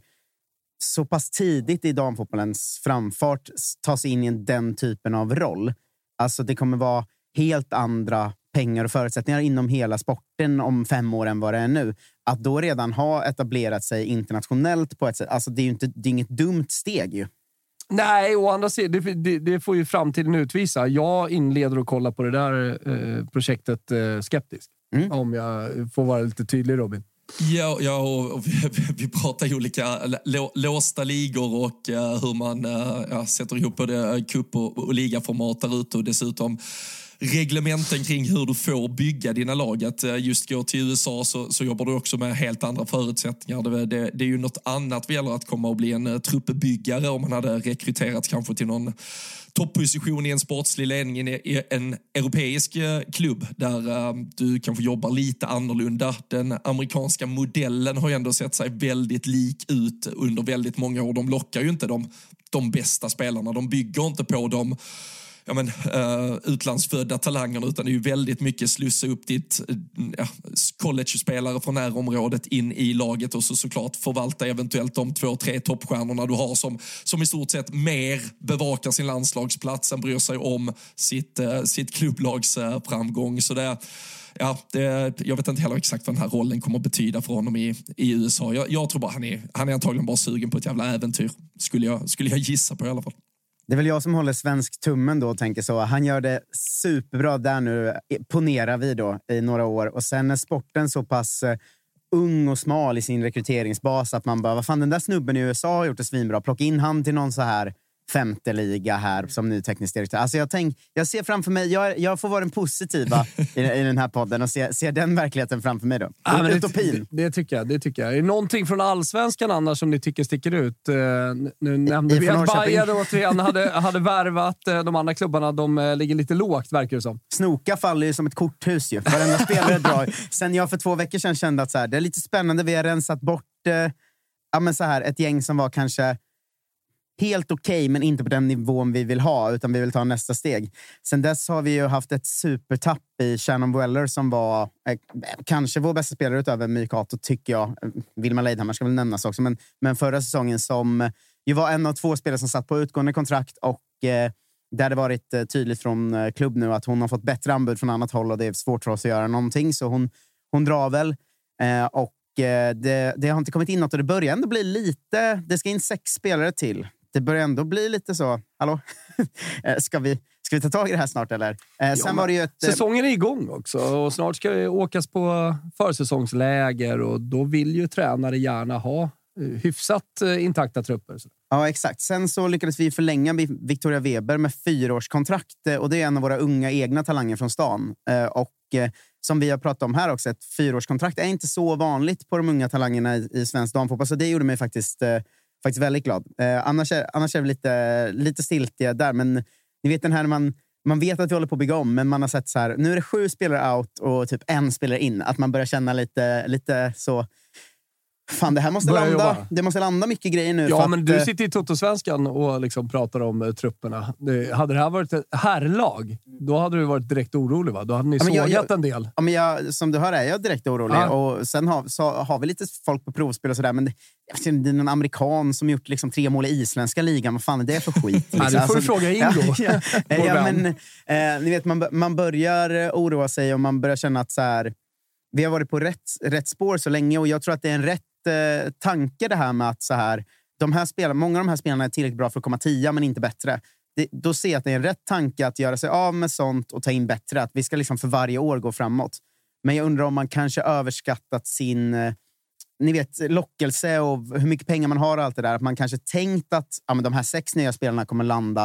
så pass tidigt i damfotbollens framfart ta sig in i den typen av roll. Alltså det kommer vara helt andra pengar och förutsättningar inom hela sporten om fem år än vad det är nu. Att då redan ha etablerat sig internationellt på ett sätt. Alltså det är ju inte, det är inget dumt steg ju. Nej, å andra sidan, det, det, det får ju framtiden utvisa. Jag inleder att kolla på det där eh, projektet eh, skeptiskt. Mm. Om jag får vara lite tydlig, Robin. Ja, ja och, och vi, vi pratar ju olika lå, låsta ligor och uh, hur man uh, ja, sätter ihop både cup och, och ligaformat där ute och dessutom reglementen kring hur du får bygga dina lag. Att just gå till U S A så, så jobbar du också med helt andra förutsättningar. Det, det, det är ju något annat vad gäller att komma och bli en uh, truppbyggare om man hade rekryterat kanske till någon topposition i en sportslig ledning i en europeisk uh, klubb där uh, du kanske jobbar lite annorlunda. Den amerikanska modellen har ju ändå sett sig väldigt lik ut under väldigt många år. De lockar ju inte de, de bästa spelarna. De bygger inte på dem ja, men, uh, utlandsfödda talangerna utan det är ju väldigt mycket slussa upp ditt uh, ja, college-spelare från närområdet in i laget och så såklart förvalta eventuellt de två, tre toppstjärnorna du har som, som i stort sett mer bevakar sin landslagsplats än bryr sig om sitt, uh, sitt klubblags uh, framgång. Så det Ja, det, jag vet inte heller exakt vad den här rollen kommer att betyda för honom i, i U S A. Jag, jag tror bara han är, han är antagligen bara sugen på ett jävla äventyr. Skulle jag, skulle jag gissa på i alla fall. Det är väl jag som håller svensk tummen då och tänker så. Han gör det superbra där nu, ponerar vi då i några år. Och sen är sporten så pass uh, ung och smal i sin rekryteringsbas att man bara, vad fan den där snubben i U S A har gjort det svinbra. Plocka in han till någon så här femte liga här som ny teknisk direktör. Alltså jag, tänk, jag ser framför mig, jag, jag får vara den positiva i, i den här podden och se, se den verkligheten framför mig då. Ja, men utopin. Det, det tycker jag, det tycker jag. Är det någonting från allsvenskan annars som ni tycker sticker ut? Uh, nu nämnde I, vi att Bayern återigen hade, hade värvat uh, de andra klubbarna, de uh, ligger lite lågt verkar det som. Snoka faller ju som ett korthus ju. Varenda spelare drar. Sen jag för två veckor sedan kände att så här, det är lite spännande, vi har rensat bort uh, ja, men så här, ett gäng som var kanske helt okej, okay, men inte på den nivån vi vill ha, utan vi vill ta nästa steg. Sen dess har vi ju haft ett supertapp i Shannon Weller som var eh, kanske vår bästa spelare utöver Mikato, tycker jag. Vilma Leidhammar ska väl nämnas också, men, men förra säsongen som ju var en av två spelare som satt på utgående kontrakt och eh, där det varit eh, tydligt från eh, klubb nu att hon har fått bättre anbud från annat håll och det är svårt för oss att göra någonting, så hon, hon drar väl eh, och eh, det, det har inte kommit in något och det börjar ändå bli lite, det ska in sex spelare till. Det börjar ändå bli lite så, hallå, ska, vi, ska vi ta tag i det här snart eller? Eh, sen ja, var det ju ett, säsongen är igång också och snart ska det åkas på försäsongsläger och då vill ju tränare gärna ha hyfsat intakta trupper. Ja, exakt. Sen så lyckades vi förlänga Victoria Weber med fyraårskontrakt och det är en av våra unga egna talanger från stan. Eh, och eh, som vi har pratat om här också, ett fyraårskontrakt är inte så vanligt på de unga talangerna i, i svensk damfotboll, så det gjorde mig faktiskt... Eh, Faktiskt väldigt glad. Eh, annars, är, annars är det lite, lite stiltiga där. Men ni vet den här, man, man vet att vi håller på att bygga om. Men man har sett så här, nu är det sju spelare out och typ en spelare in. Att man börjar känna lite, lite så... Fan, det här måste Börjar landa. Jobba. Det måste landa mycket grejer nu. Ja, för men att, du sitter i Toto-svenskan och liksom pratar om uh, trupperna. Det, hade det här varit ett herrlag, då hade du varit direkt orolig, va? Då hade ni ja, sågat jag, en del. Ja, men jag, som du hör är jag direkt orolig. Ja. Och sen har, så har vi lite folk på provspel och sådär. Men det, det är någon amerikan som gjort liksom tre mål i isländska ligan. Vad fan är det för skit? Liksom? Ja, det får du fråga Ingo. ja, ja, ja, men, eh, ni vet, man, man börjar oroa sig och man börjar känna att så här, vi har varit på rätt, rätt spår så länge och jag tror att det är en rätt eh, tanke det här med att så här, de här spelarna, många av de här spelarna är tillräckligt bra för att komma tia men inte bättre. Det, då ser jag att det är en rätt tanke att göra sig av med sånt och ta in bättre. Att vi ska liksom för varje år gå framåt. Men jag undrar om man kanske överskattat sin eh, ni vet, lockelse och hur mycket pengar man har och allt det där. Att man kanske tänkt att ja, men de här sex nya spelarna kommer landa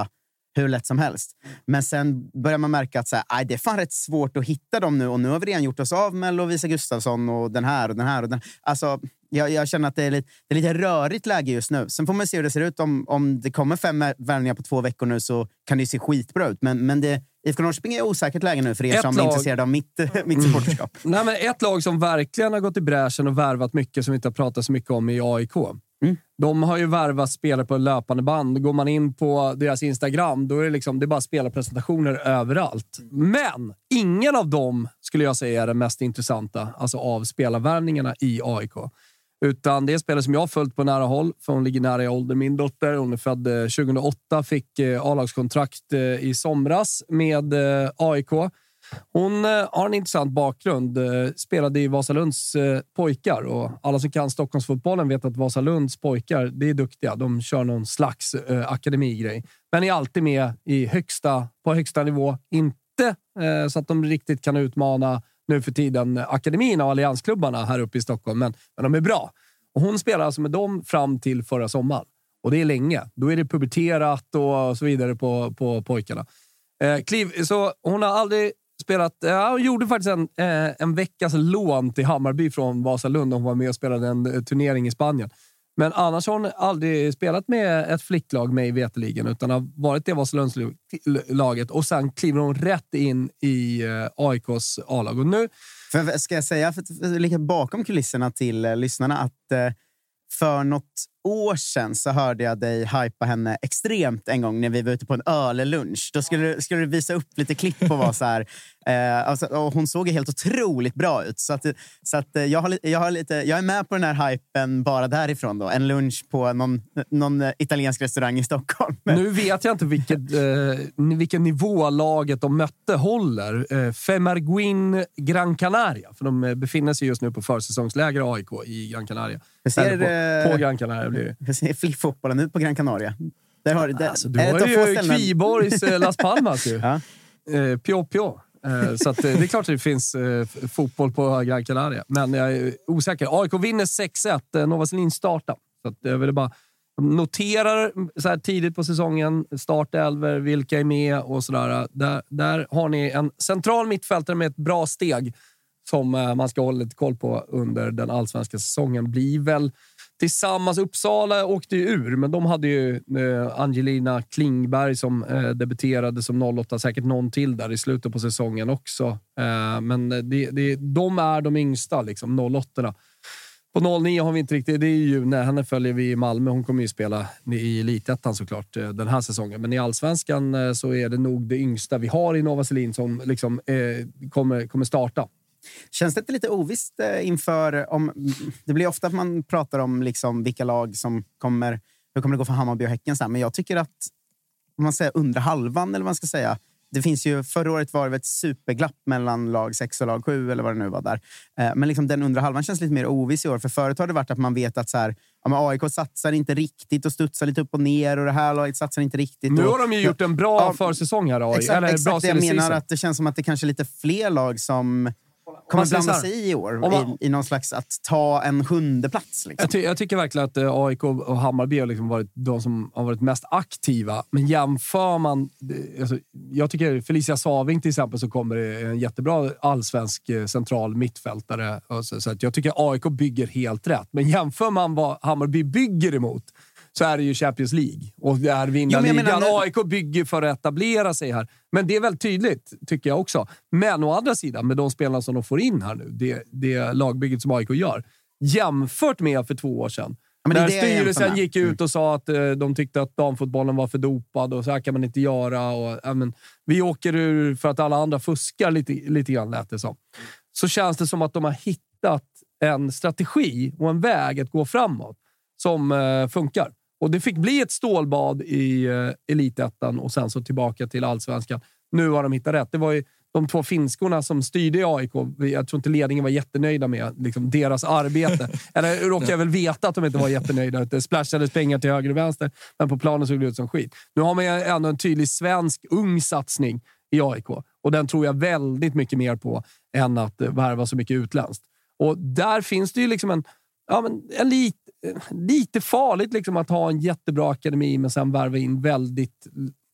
hur lätt som helst. Men sen börjar man märka att så här, aj, det är fan rätt svårt att hitta dem nu. Och nu har vi redan gjort oss av med Lovisa Gustafsson och den här och den här. Och den. Alltså, jag, jag känner att det är, lite, det är lite rörigt läge just nu. Sen får man se hur det ser ut. Om, om det kommer fem värvningar på två veckor nu så kan det se skitbra ut. Men, men det, I F K Norrköping är osäkert läge nu för er ett som lag... är intresserade av mitt, mitt supporterskap. Mm. Nej, men ett lag som verkligen har gått i bräschen och värvat mycket som vi inte har pratat så mycket om i A I K. Mm. De har ju värvat spelare på löpande band. Går man in på deras Instagram, då är det, liksom, det är bara spelarpresentationer överallt. Men ingen av dem skulle jag säga är den mest intressanta, alltså av spelarvärvningarna i A I K. Utan det är spelare som jag har följt på nära håll, för hon ligger nära i ålder. Min dotter, hon är född tjugohundraåtta, fick A-lagskontrakt i somras med A I K. Hon har en intressant bakgrund. Spelade i Vasalunds pojkar. Och alla som kan Stockholmsfotbollen vet att Vasalunds pojkar, det är duktiga. De kör någon slags akademigrej. Men är alltid med i högsta, på högsta nivå. Inte så att de riktigt kan utmana nu för tiden akademin och alliansklubbarna här uppe i Stockholm. Men, men de är bra. Och hon spelar alltså med dem fram till förra sommaren. Och det är länge. Då är det puberterat och så vidare på, på pojkarna. Eh, kliv, så hon har aldrig spelat... Ja, hon gjorde faktiskt en, eh, en veckas lån till Hammarby från Vasalund. Hon var med och spelade en turnering i Spanien. Men annars har hon aldrig spelat med ett flicklag med i veteligen, utan har varit det Vasalundslaget. Och sen kliver hon rätt in i eh, A I K:s A-lag. Och nu... För, ska jag säga, för, för, för, bakom kulisserna till eh, lyssnarna, att eh, för något år sedan så hörde jag dig hypa henne extremt en gång när vi var ute på en öllunch. Då skulle, skulle du visa upp lite klipp på vad så här. Eh, alltså, och hon såg helt otroligt bra ut. Så att, så att eh, jag, har, jag, har lite, jag är med på den här hypen bara därifrån då. En lunch på någon, någon italiensk restaurang i Stockholm. Nu vet jag inte vilket, eh, vilken nivå laget de mötte håller. Eh, Femerguin Gran Canaria. För de befinner sig just nu på försäsongsläger A I K i Gran Canaria. Ser, på, på Gran Canaria blir det. Jag ser flickfotbollen ut på Gran Canaria. Där har, där, alltså, du har ju Kviborgs Las Palmas ju. Ja. Eh, Pio Pio. Eh, så att, eh, det är klart att det finns eh, fotboll på Gran Canaria. Men jag är osäker. A I K vinner sex ett. Eh, Nova Selin startar. Så att jag vill bara noterar så här tidigt på säsongen startelver, vilka är med och sådär. Där, där har ni en central mittfältare med ett bra steg som eh, man ska hålla lite koll på under den allsvenska säsongen. Blir väl tillsammans. Uppsala åkte ju ur, men de hade ju eh, Angelina Klingberg som eh, debuterade som noll åtta, säkert någon till där i slutet på säsongen också. Eh, men det, det, de är de yngsta, liksom, noll åtta. På noll nio har vi inte riktigt, det är ju, nej, henne följer vi i Malmö. Hon kommer ju spela i Elitettan såklart eh, den här säsongen. Men i allsvenskan eh, så är det nog det yngsta vi har i Nova Selin som liksom, eh, kommer, kommer starta. Känns det inte lite ovisst inför om det blir ofta att man pratar om liksom vilka lag som kommer, hur kommer det gå för Hammarby och Häcken så här, men jag tycker att om man säger under halvan eller vad man ska säga, det finns ju, förra året var det ett superglapp mellan lag sex och lag sju eller vad det nu var där. Men liksom den under halvan känns lite mer oviss i år, för förut har det varit att man vet att så här, ja, men A I K satsar inte riktigt och studsar lite upp och ner och det här laget satsar inte riktigt. Nu och, har de ju gjort en bra ja, försäsong här. Exakt, eller exakt bra det jag menar, att det känns som att det kanske är lite fler lag som kommer blanda sig i år man, i, i någon slags att ta en sjunde plats. Liksom. Jag, ty- jag tycker verkligen att uh, A I K och Hammarby har liksom varit de som har varit mest aktiva. Men jämför man... Alltså, jag tycker Felicia Saving till exempel, så kommer det en jättebra allsvensk uh, central mittfältare. Så, så att jag tycker A I K bygger helt rätt. Men jämför man vad Hammarby bygger emot, så är det ju Champions League. Och det är vinna ligan. Menar, A I K bygger för att etablera sig här. Men det är väl tydligt, tycker jag också. Men å andra sidan, med de spelarna som de får in här nu, det, det lagbygget som A I K gör, jämfört med för två år sedan. Ja, när styrelsen gick ut och sa att uh, de tyckte att damfotbollen var för dopad och så här kan man inte göra. Och, uh, men, vi åker ur för att alla andra fuskar lite, lite grann, lät det som. Så känns det som att de har hittat en strategi och en väg att gå framåt som uh, funkar. Och det fick bli ett stålbad i uh, Elitettan och sen så tillbaka till allsvenskan. Nu har de hittat rätt. Det var ju de två finskorna som styrde i A I K. Jag tror inte ledningen var jättenöjda med liksom, deras arbete. Eller råkar jag väl veta att de inte var jättenöjda. Det splashades pengar till höger och vänster, men på planen såg det ut som skit. Nu har man ändå en tydlig svensk ung satsning i A I K. Och den tror jag väldigt mycket mer på än att värva så mycket utländskt. Och där finns det ju liksom en, ja, men en lite, lite farligt liksom att ha en jättebra akademi men sen värva in väldigt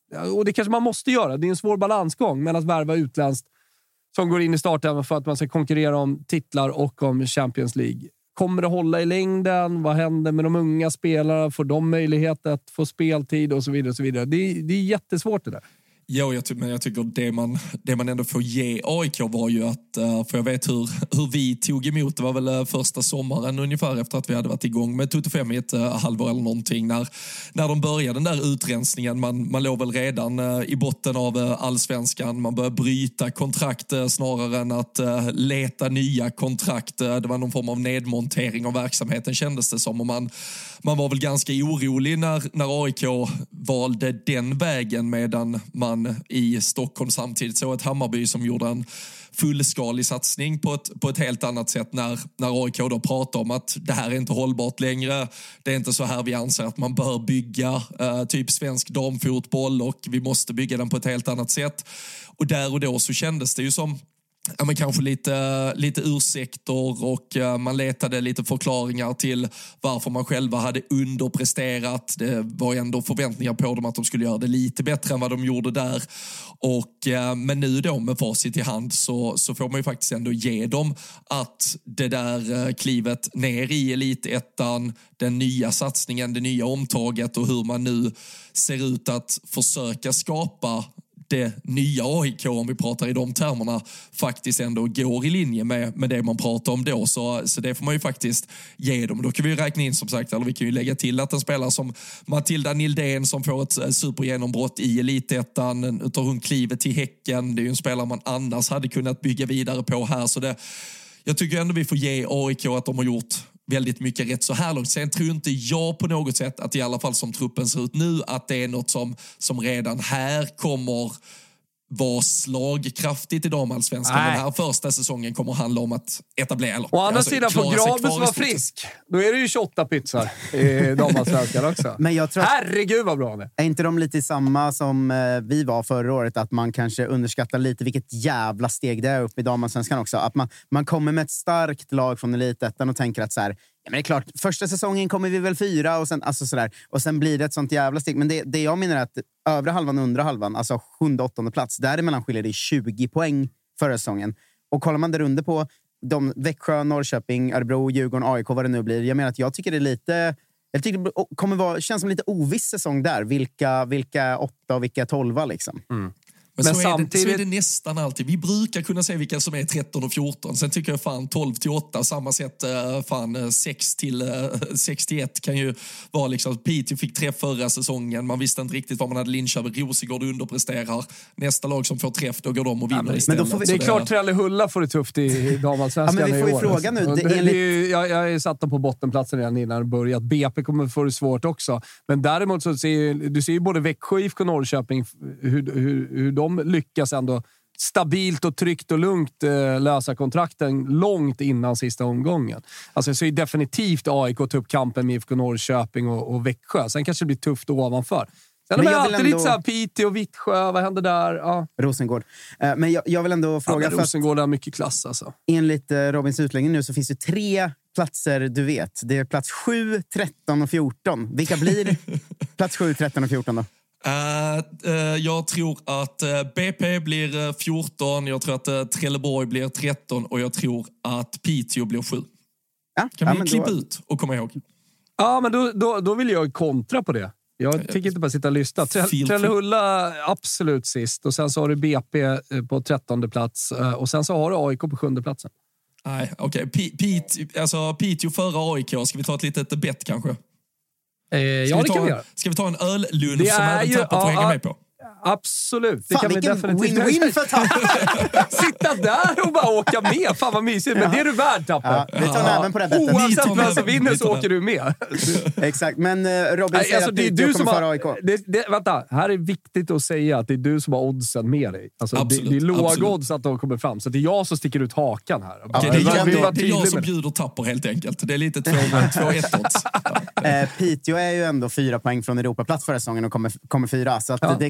Och det kanske man måste göra. Det är en svår balansgång mellan att värva utländskt som går in i starten för att man ska konkurrera om titlar och om Champions League. Kommer det hålla i längden? Vad händer med de unga spelarna? Får de möjlighet att få speltid och så vidare och så vidare? Det är, det är jättesvårt det där. Ja, jag ty- men jag tycker det man, det man ändå får ge A I K var ju att, uh, för jag vet hur, hur vi tog emot, det var väl uh, första sommaren ungefär efter att vi hade varit igång med Toto fem i ett uh, halvår eller någonting, när, när de började den där utrensningen. Man, man låg väl redan uh, i botten av uh, allsvenskan, man började bryta kontrakt uh, snarare än att uh, leta nya kontrakt. Uh, det var någon form av nedmontering av verksamheten, kändes det som, och man, man var väl ganska orolig när, när A I K valde den vägen, medan man i Stockholm samtidigt så ett Hammarby som gjorde en fullskalig satsning på ett, på ett helt annat sätt när, när A I K då pratar om att det här är inte hållbart längre. Det är inte så här vi anser att man bör bygga eh, typ svensk damfotboll, och vi måste bygga den på ett helt annat sätt. Och där och då så kändes det ju som ja, men kanske lite, lite ursäkter, och uh, man letade lite förklaringar till varför man själva hade underpresterat. Det var ändå förväntningar på dem att de skulle göra det lite bättre än vad de gjorde där. Och, uh, men nu då med facit i hand så, så får man ju faktiskt ändå ge dem att det där uh, klivet ner i elitettan, den nya satsningen, det nya omtaget och hur man nu ser ut att försöka skapa det nya A I K, om vi pratar i de termerna, faktiskt ändå går i linje med, med det man pratar om då. Så, så det får man ju faktiskt ge dem. Då kan vi ju räkna in, som sagt, eller vi kan ju lägga till att en spelare som Matilda Nildén som får ett supergenombrott i elitettan, utav hon klivet till Häcken, det är ju en spelare man annars hade kunnat bygga vidare på här. Så det, jag tycker ändå vi får ge A I K att de har gjort väldigt mycket rätt så här långt. Sen tror inte jag på något sätt att, i alla fall som truppen ser ut nu, att det är något som, som redan här kommer vara slagkraftigt i damallsvenskan. Den här första säsongen kommer handla om att etablera. Eller, Å andra alltså, sidan, får Grabus vara frisk, då är det ju tjugoåtta pizzar i damallsvenskan också. Men jag tror att, herregud vad bra han är. Är inte de lite samma som eh, vi var förra året? Att man kanske underskattar lite vilket jävla steg det är upp i damallsvenskan också. Att man, man kommer med ett starkt lag från elitettan och tänker att så här, ja, men det är klart, första säsongen kommer vi väl fyra och sen, alltså sådär, och sen blir det ett sånt jävla steg. Men det, det jag menar är att övre halvan och undre halvan, alltså sjunde, åttonde plats, däremellan skiljer det tjugo poäng förra säsongen. Och kollar man där under på de Växjö, Norrköping, Örebro, Djurgården, A I K, vad det nu blir. Jag menar att jag tycker det är lite, jag tycker det kommer vara, känns som en lite oviss säsong där. Vilka, vilka åtta och vilka tolva liksom. Mm. Men, Men så, samtidigt... är det, så är det nästan alltid. Vi brukar kunna se vilka som är tretton och fjorton. Sen tycker jag fan tolv till åtta. Samma sätt fan sex till sextioett kan ju vara liksom. Piteå fick träff förra säsongen. Man visste inte riktigt vad man hade. Linköping, Rosengård underpresterar. Nästa lag som får träff, då går de och vinner ja, men, istället. Men då får vi... Det är klart Trellehulla får det tufft i damallsvenskan. Ja, men vi får ju fråga nu. Det är enligt... jag, jag är satt på bottenplatsen redan innan det börjat. B P kommer få det svårt också. Men däremot så ser du ser ju både Växjö, I F K Norrköping hur, hur, hur de lyckas ändå stabilt och tryggt och lugnt eh, lösa kontrakten långt innan sista omgången. Alltså så är definitivt A I K ta upp kampen med I F K Norrköping och, och Växjö. Sen kanske det blir tufft ovanför. Sen har man alltid ändå... lite såhär Piteå och Vittsjö, vad händer där? Ja. Rosengård. Eh, men jag, jag vill ändå fråga... Ja, Rosengård har mycket klass alltså. Enligt eh, Robins utläggning nu så finns det tre platser du vet. Det är plats sju, tretton och fjorton. Vilka blir plats sju, tretton och fjorton då? Uh, uh, jag tror att uh, B P blir uh, fjorton, jag tror att uh, Trelleborg blir tretton och jag tror att Piteå blir sju. Ja, kan ja, vi klippa då... ut och komma ihåg? Ja, men då, då, då vill jag kontra på det. Jag tänker inte bara sitta och lyssna. Trellehulla absolut sist och sen så har du B P på trettonde plats och sen så har du A I K på sjunde platsen. Nej, okej. Okay. Pete, alltså Piteå före A I K. Ska vi ta ett litet bett kanske? Eh, ja, det kan vi göra. Ska vi ta en öllunch som även Tapper får hänga med på? Absolut. Det fan, kan vi definitivt. Win-win för Tapper. Sitta där och bara åka med. Fan vad mysigt. Men det är du värd, Tapper. Ja, vi tar ja. även på det bettet. Oavsett vem som vinner så åker du med. Exakt. Men uh, Robin säger alltså, att det är du som har A I K. Det, det, vänta, här är viktigt att säga att det är du som har oddsen med dig. Alltså, det, det är låga odds att de kommer fram. Så det är jag som sticker ut hakan här. Ja, det, är jag, det, det är jag som bjuder Tapper helt enkelt. Det är lite två ett odds. Ja. Uh, Piteå är ju ändå fyra poäng från Europaplats förra säsongen och kommer, kommer fyra. Så att ja. det är klart att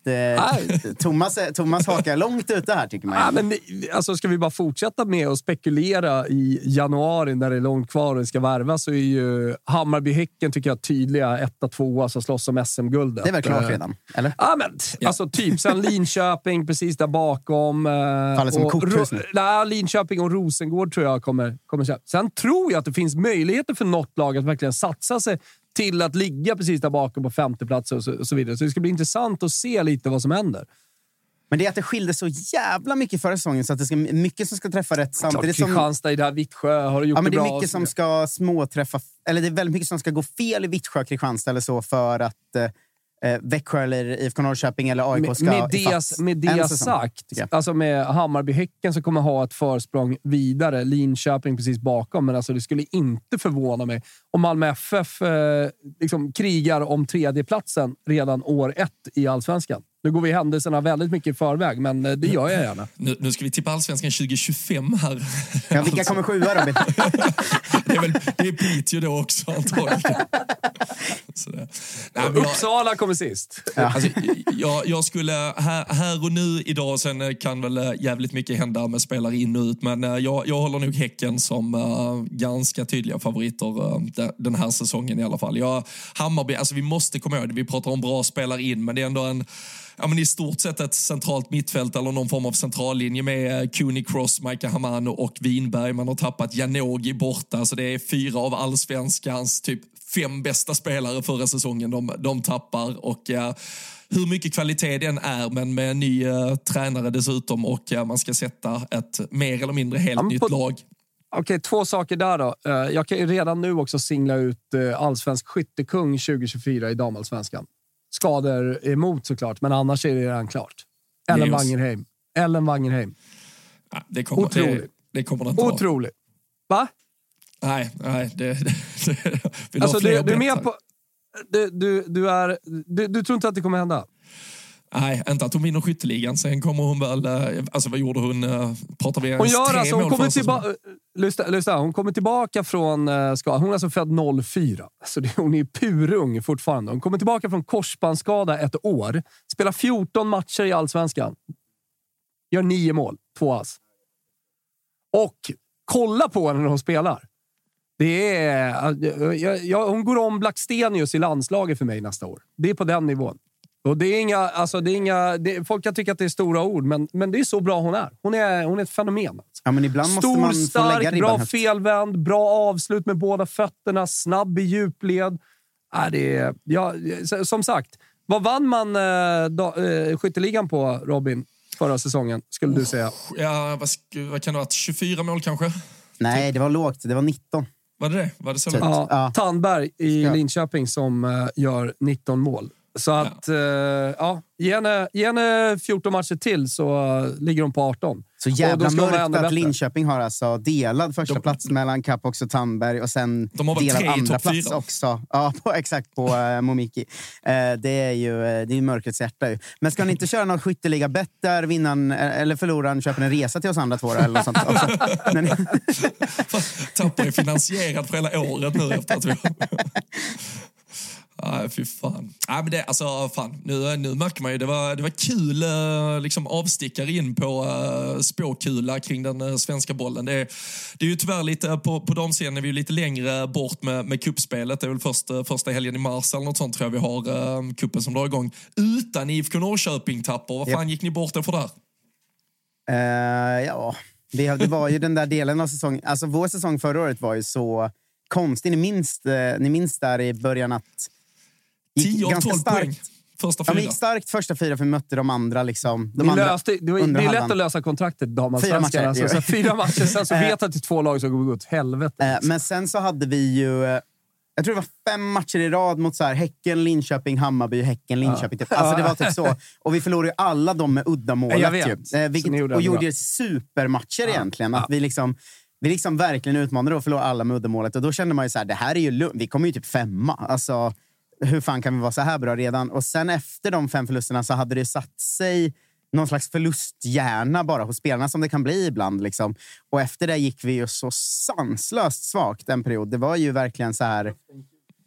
att eh, Thomas, Thomas hakar långt ute här, tycker man. Ja, men, alltså, ska vi bara fortsätta med att spekulera i januari när det är långt kvar och det ska värvas, så är ju Hammarby-Häcken, tycker jag, tydliga etta, tvåa som slåss om S M-guldet. Det är väl klart redan, eller? Ja, men ja. Alltså typ. Sen Linköping precis där bakom. Faller som korthus nu. Nej, Linköping och Rosengård tror jag kommer, kommer köpa. Sen tror jag att det finns möjligheter för något lag att verkligen satsa sig till att ligga precis där bakom på femte plats och så, och så vidare. Så det ska bli intressant att se lite vad som händer. Men det är att det skilde så jävla mycket förra säsongen, så att det ska mycket som ska träffa rätt samtidigt. Klart, Kristianstad i det här Vittsjö har gjort ja, men det bra. Det är mycket som ska småträffa, eller det är väldigt mycket som ska gå fel i Vittsjö, Kristianstad eller så, för att eh, Växjö eller I F K Norrköping eller A I K ska med det, med det sagt, alltså med Hammarby-Häcken så kommer ha ett försprång vidare. Linköping precis bakom, men alltså det skulle inte förvåna mig om Malmö F F eh, liksom krigar om tredjeplatsen redan år ett i Allsvenskan. Nu går vi händelserna väldigt mycket i förväg, men det gör jag gärna. Nu, nu ska vi tippa Allsvenskan tjugo tjugofem här. Ja, vilka kommer sjua, Robin? det är väl det är Piteå då också, antagligen. Nej, jag, Uppsala kommer sist. Ja. Alltså, jag, jag skulle här, här och nu idag, sen kan väl jävligt mycket hända med spelare in och ut, men jag, jag håller nog Häcken som uh, ganska tydliga favoriter uh, den här säsongen i alla fall. Jag, Hammarby, alltså vi måste komma ihåg det, vi pratar om bra spelare in, men det är ändå en ja, men i stort sett ett centralt mittfält eller någon form av centrallinje med Cooney, Cross, Micah Hamano och Winberg. Man har tappat Janogy borta, så det är fyra av allsvenskans typ fem bästa spelare förra säsongen de, de tappar, och uh, hur mycket kvalitet den är, men med en ny uh, tränare dessutom, och uh, man ska sätta ett mer eller mindre helt ja, nytt på... lag. Okej, okay, två saker där då. Uh, jag kan ju redan nu också singla ut uh, allsvensk skyttekung tjugo tjugofyra i damalsvenskan. Skador emot såklart, men annars är det redan klart. Ellen Wangerheim. Ellen Wangerheim. Ja, det kommer, Otroligt. Det, det kommer det inte Otroligt. Va? Nej, nej. Det, det, det, vill alltså, du, du är med på... Du, du, du, är, du, du tror inte att det kommer hända? Nej, inte att hon vinner skytteligan. Sen kommer hon väl... Alltså vad gjorde hon? Pratar vi hon gör tre alltså, hon mål kommer tillbaka... Lyssna, lyssna, hon kommer tillbaka från... Uh, ska, hon är alltså född noll fyra. Så det, hon är purung fortfarande. Hon kommer tillbaka från korsbandsskada ett år. Spelar fjorton matcher i Allsvenskan. Gör nio mål. Två ass. Och kolla på henne när hon spelar. Det är... Uh, jag, jag, hon går om Blackstenius i landslaget för mig nästa år. Det är på den nivån. Och det är inga, alltså det är inga, det, folk kan tycka att det är stora ord, men, men det är så bra hon är. Hon är, hon är ett fenomen. Alltså. Ja, men ibland Stor, måste man stark, få lägga bra högt. felvänd, bra avslut med båda fötterna, snabb i djupled. Äh, det är, ja, som sagt, vad vann man äh, då, äh, skytteligan på, Robin, förra säsongen, skulle du säga? Ja, vad, vad kan det vara? tjugofyra mål kanske? Nej, det var lågt. Det var nitton. Var det det? Var det så? Ja, ja. Tandberg i ja. Linköping som äh, gör nitton mål. Så att, ja, uh, ja ge, henne, ge henne fjorton matcher till så uh, ligger de på arton. Så jävla mörkt att bättre. Linköping har alltså delad första de, plats mellan Kapox och Tandberg och sen de har delad tre andra plats fyra. också. Ja, på, exakt på uh, Momiki. Uh, det är ju det är mörkrets hjärta ju. Men ska ni inte köra någon skytteliga bett där, vinnan eller förloraren köper en resa till oss andra två eller något sånt också? Men... Tappar är finansierad för hela året nu efter att vi Nej, fy fan. Nej, men det, alltså, fan. Nu, nu märker man ju, det var, det var kul liksom, avstickare in på uh, spåkula kring den uh, svenska bollen. Det är, det är ju tyvärr lite, på, på de scenen är vi ju lite längre bort med, med kuppspelet. Det är väl först, uh, första helgen i mars eller något sånt tror jag vi har uh, kuppen som drar igång. Utan I F K Norrköping tappar. Vad fan yep. gick ni bort det för där? Uh, ja, det, det var ju den där delen av säsongen. Alltså vår säsong förra året var ju så konstig. Ni minns, uh, ni minns där i början att tio av tolv poäng första fyra. Ja, gick starkt första fyra för vi mötte de andra liksom. De Ni andra löste, det, var, det är lätt att lösa kontraktet fyra matcher, alltså, så fyra matcher sen så vet att det är två lag som kommer gå åt helvete. Liksom. Men sen så hade vi ju jag tror det var fem matcher i rad mot så här Häcken, Linköping, Hammarby, Häcken, Linköping. Ja. Typ. Alltså det var typ så. Och vi förlorade ju alla dem med uddamålet. Jag vet. Typ. Vilket, gjorde och gjorde supermatcher ja. egentligen. Att ja. vi liksom Vi liksom verkligen utmanade och förlorade alla med uddamålet. Och då kände man ju så här, det här är ju lugnt. Vi kommer ju typ femma. Alltså hur fan kan vi vara så här bra redan? Och sen efter de fem förlusterna så hade det satt sig någon slags förlusthjärna bara hos spelarna som det kan bli ibland. Liksom. Och efter det gick vi ju så sanslöst svagt en period. Det var ju verkligen så här...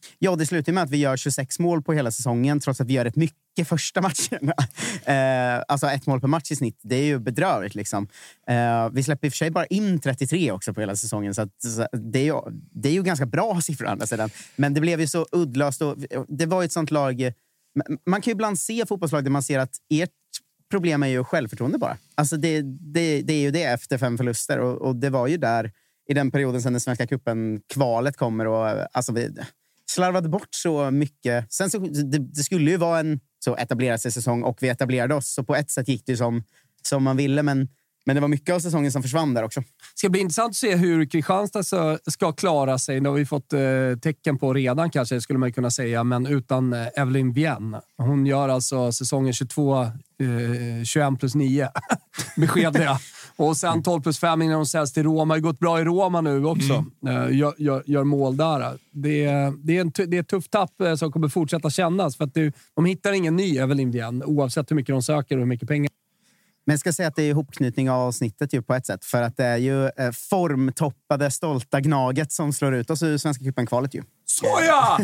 Ja, det slutar med att vi gör tjugosex mål på hela säsongen trots att vi gör rätt mycket första matcherna. eh, alltså ett mål per match i snitt, det är ju bedrövligt liksom. Eh, vi släpper i och för sig bara in trettiotre också på hela säsongen, så, att, så det, är ju, det är ju ganska bra siffror andra sidan. Men det blev ju så uddlöst och det var ju ett sånt lag. Man kan ju ibland se fotbollslag där man ser att ert problem är ju självförtroende bara. Alltså det, det, det är ju det efter fem förluster och, och det var ju där i den perioden sen den svenska cupen kvalet kommer och alltså vi slarvade bort så mycket. Sen så det, det skulle ju vara en så etablerad säsong och vi etablerade oss, så på ett sätt gick det som som man ville, men men det var mycket av säsongen som försvann där också. Det ska bli intressant att se hur Kristianstad ska klara sig. Det har vi fått eh, tecken på redan kanske, skulle man kunna säga. Men utan eh, Evelyn Vienne. Hon gör alltså säsongen tjugotvå, eh, tjugoett plus nio. Beskedliga. Och sen tolv plus fem innan hon säljs till Roma. Det har gått bra i Roma nu också. Mm. Eh, gör, gör, gör mål där. Det är, det är, en, det är ett tufft tapp eh, som kommer fortsätta kännas. För att det, de hittar ingen ny Evelyn Vienne. Oavsett hur mycket de söker och hur mycket pengar. Men jag ska säga att det är ihopknytning av snittet ju på ett sätt. För att det är ju eh, formtoppade, stolta Gnaget som slår ut oss ur Svenska cupen-kvalet ju. Såja!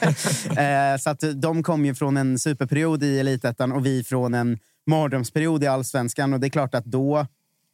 eh, så att de kom ju från en superperiod i Elitettan och vi från en mardrömsperiod i Allsvenskan. Och det är klart att då,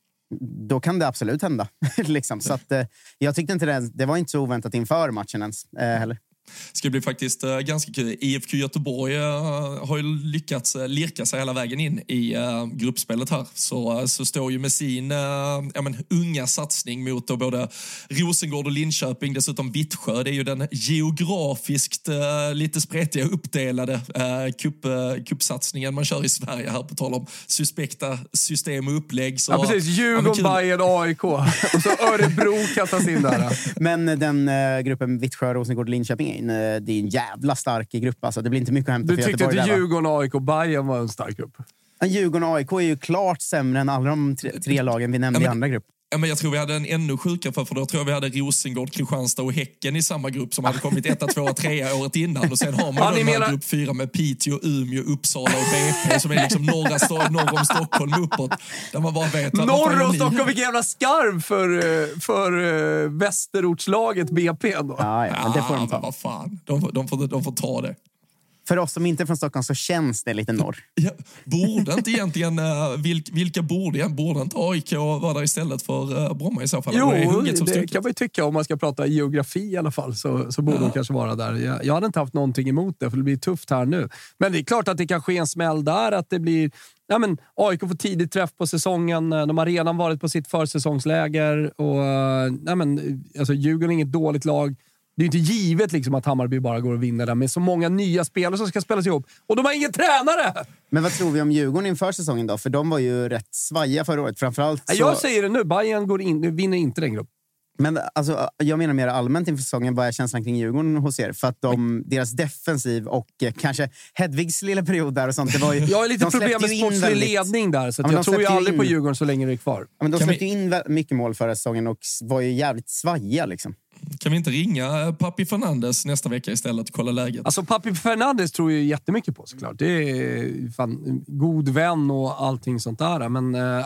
då kan det absolut hända. liksom. Så att, eh, jag tyckte inte det, det var inte så oväntat inför matchen ens eh, heller. Det ska bli faktiskt uh, ganska kul. I F K Göteborg uh, har ju lyckats uh, lirka sig hela vägen in i uh, gruppspelet här. Så, uh, så står ju med sin uh, ja, men, unga satsning mot uh, både Rosengård och Linköping, dessutom Vittsjö. Det är ju den geografiskt uh, lite spretiga uppdelade uh, kupp, uh, kuppsatsningen man kör i Sverige här, på tal om suspekta system och upplägg. Så, ja, precis. Djurgården, ja, Bayern, A I K. Och så Örebro kastas in där. Men den uh, gruppen Vittsjö, Rosengård och Linköping, det är en jävla stark grupp. Alltså, det blir inte mycket att hämta du för tyckte Göteborg. Du tyckte att där, Djurgården, A I K och Bayern var en stark grupp? Djurgården och A I K är ju klart sämre än alla de tre, tre lagen vi nämnde ja, men, i andra grupp. Ja, men jag tror vi hade en ännu sjukare för, för då tror jag vi hade Rosengård, Kristianstad och Häcken i samma grupp som hade kommit ett, två, tre året innan. Och sen har man ja, den här menar... grupp fyra med Piteå, Umeå, Uppsala och B P som är liksom norra stad, norr om Stockholm uppåt. Där man bara vet att norr om Stockholm, vilken jävla skarv för, för uh, västerortslaget B P då. Ja, ja, men det får de ta. Men vad fan, de, de, får, de får ta det. För oss som inte är från Stockholm så känns det lite norr. Ja, borde inte egentligen, uh, vilka, vilka borde igen? Borde inte A I K vara där istället för uh, Bromma i så fall? Jo, det, det kan man ju tycka. Om man ska prata geografi i alla fall så, så borde ja. de kanske vara där. Jag, jag hade inte haft någonting emot det, för det blir tufft här nu. Men det är klart att det kan ske en smäll där, att det blir... Ja, men A I K får tidigt träff på säsongen. De har redan varit på sitt försäsongsläger. Och, ja, men, alltså, Djurgården är inget dåligt lag. Det är inte givet liksom att Hammarby bara går och vinner där med så många nya spelare som ska spelas ihop. Och de har ingen tränare! Men vad tror vi om Djurgården inför säsongen då? För de var ju rätt svajiga förra året. Framförallt så... Jag säger det nu, Bayern går in, vinner inte den gruppen. Men alltså, jag menar mer allmänt inför säsongen, vad är känslan kring Djurgården hos er? För att de, deras defensiv och eh, kanske Hedvigs lilla period där och sånt. Det var ju, jag har lite de problem med sportslig väldigt... ledning där, så att ja, jag tror ju aldrig in... på Djurgården så länge det är kvar. Ja, men de släppte vi... in mycket mål förra säsongen och var ju jävligt svajiga liksom. Kan vi inte ringa Papi Fernandes nästa vecka istället och kolla läget? Alltså Papi Fernandes tror ju jättemycket på, såklart. Det är fan god vän och allting sånt där. Men äh,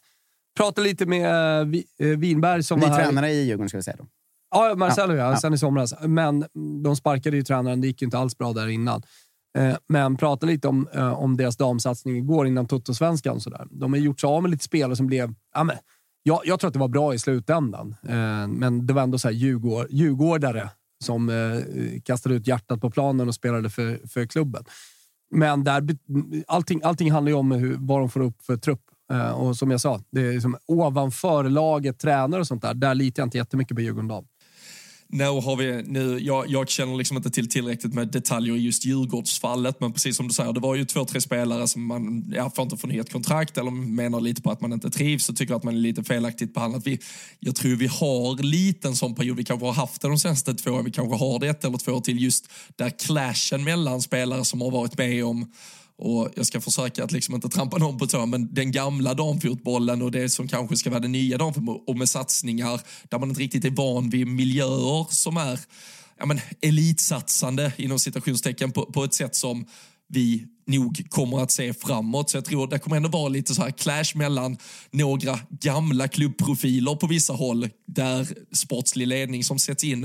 prata lite med äh, Winberg som Ny var här. tränare i Djurgården ska vi säga då. Ja, Marcelo ja, ja. sen i somras. Men de sparkade ju tränaren, det gick ju inte alls bra där innan. Eh, men prata lite om, eh, om deras damsatsning igår innan Toto-svenskan. Sådär. De har gjort sig av med lite spelare som blev... Ja, men, jag, jag tror att det var bra i slutändan. Eh, men det var ändå så här Djurgård, djurgårdare som eh, kastade ut hjärtat på planen och spelade för, för klubben. Men där, allting, allting handlar ju om hur, vad de får upp för trupp. Eh, och som jag sa, det är liksom ovanför laget, tränare och sånt där. Där litar jag inte jättemycket på Djurgården då. Nu har vi, nu, jag, jag känner liksom inte till tillräckligt med detaljer i just Djurgårdsfallet, men precis som du säger, det var ju två, tre spelare som man ja, får inte förnyat kontrakt eller menar lite på att man inte trivs och tycker att man är lite felaktigt behandlat. Vi, jag tror vi har lite en sån period, vi kanske har haft det de senaste två åren, vi kanske har det ett eller två år till just där clashen mellan spelare som har varit med om. Och jag ska försöka att liksom inte trampa någon på tå, men den gamla damfotbollen och det som kanske ska vara den nya damfotbollen och med satsningar där man inte riktigt är van vid miljöer som är ja, men, elitsatsande inom citationstecken på, på ett sätt som vi nog kommer att se framåt. Så jag tror det kommer ändå vara lite så här clash mellan några gamla klubbprofiler på vissa håll där sportslig ledning som sätts in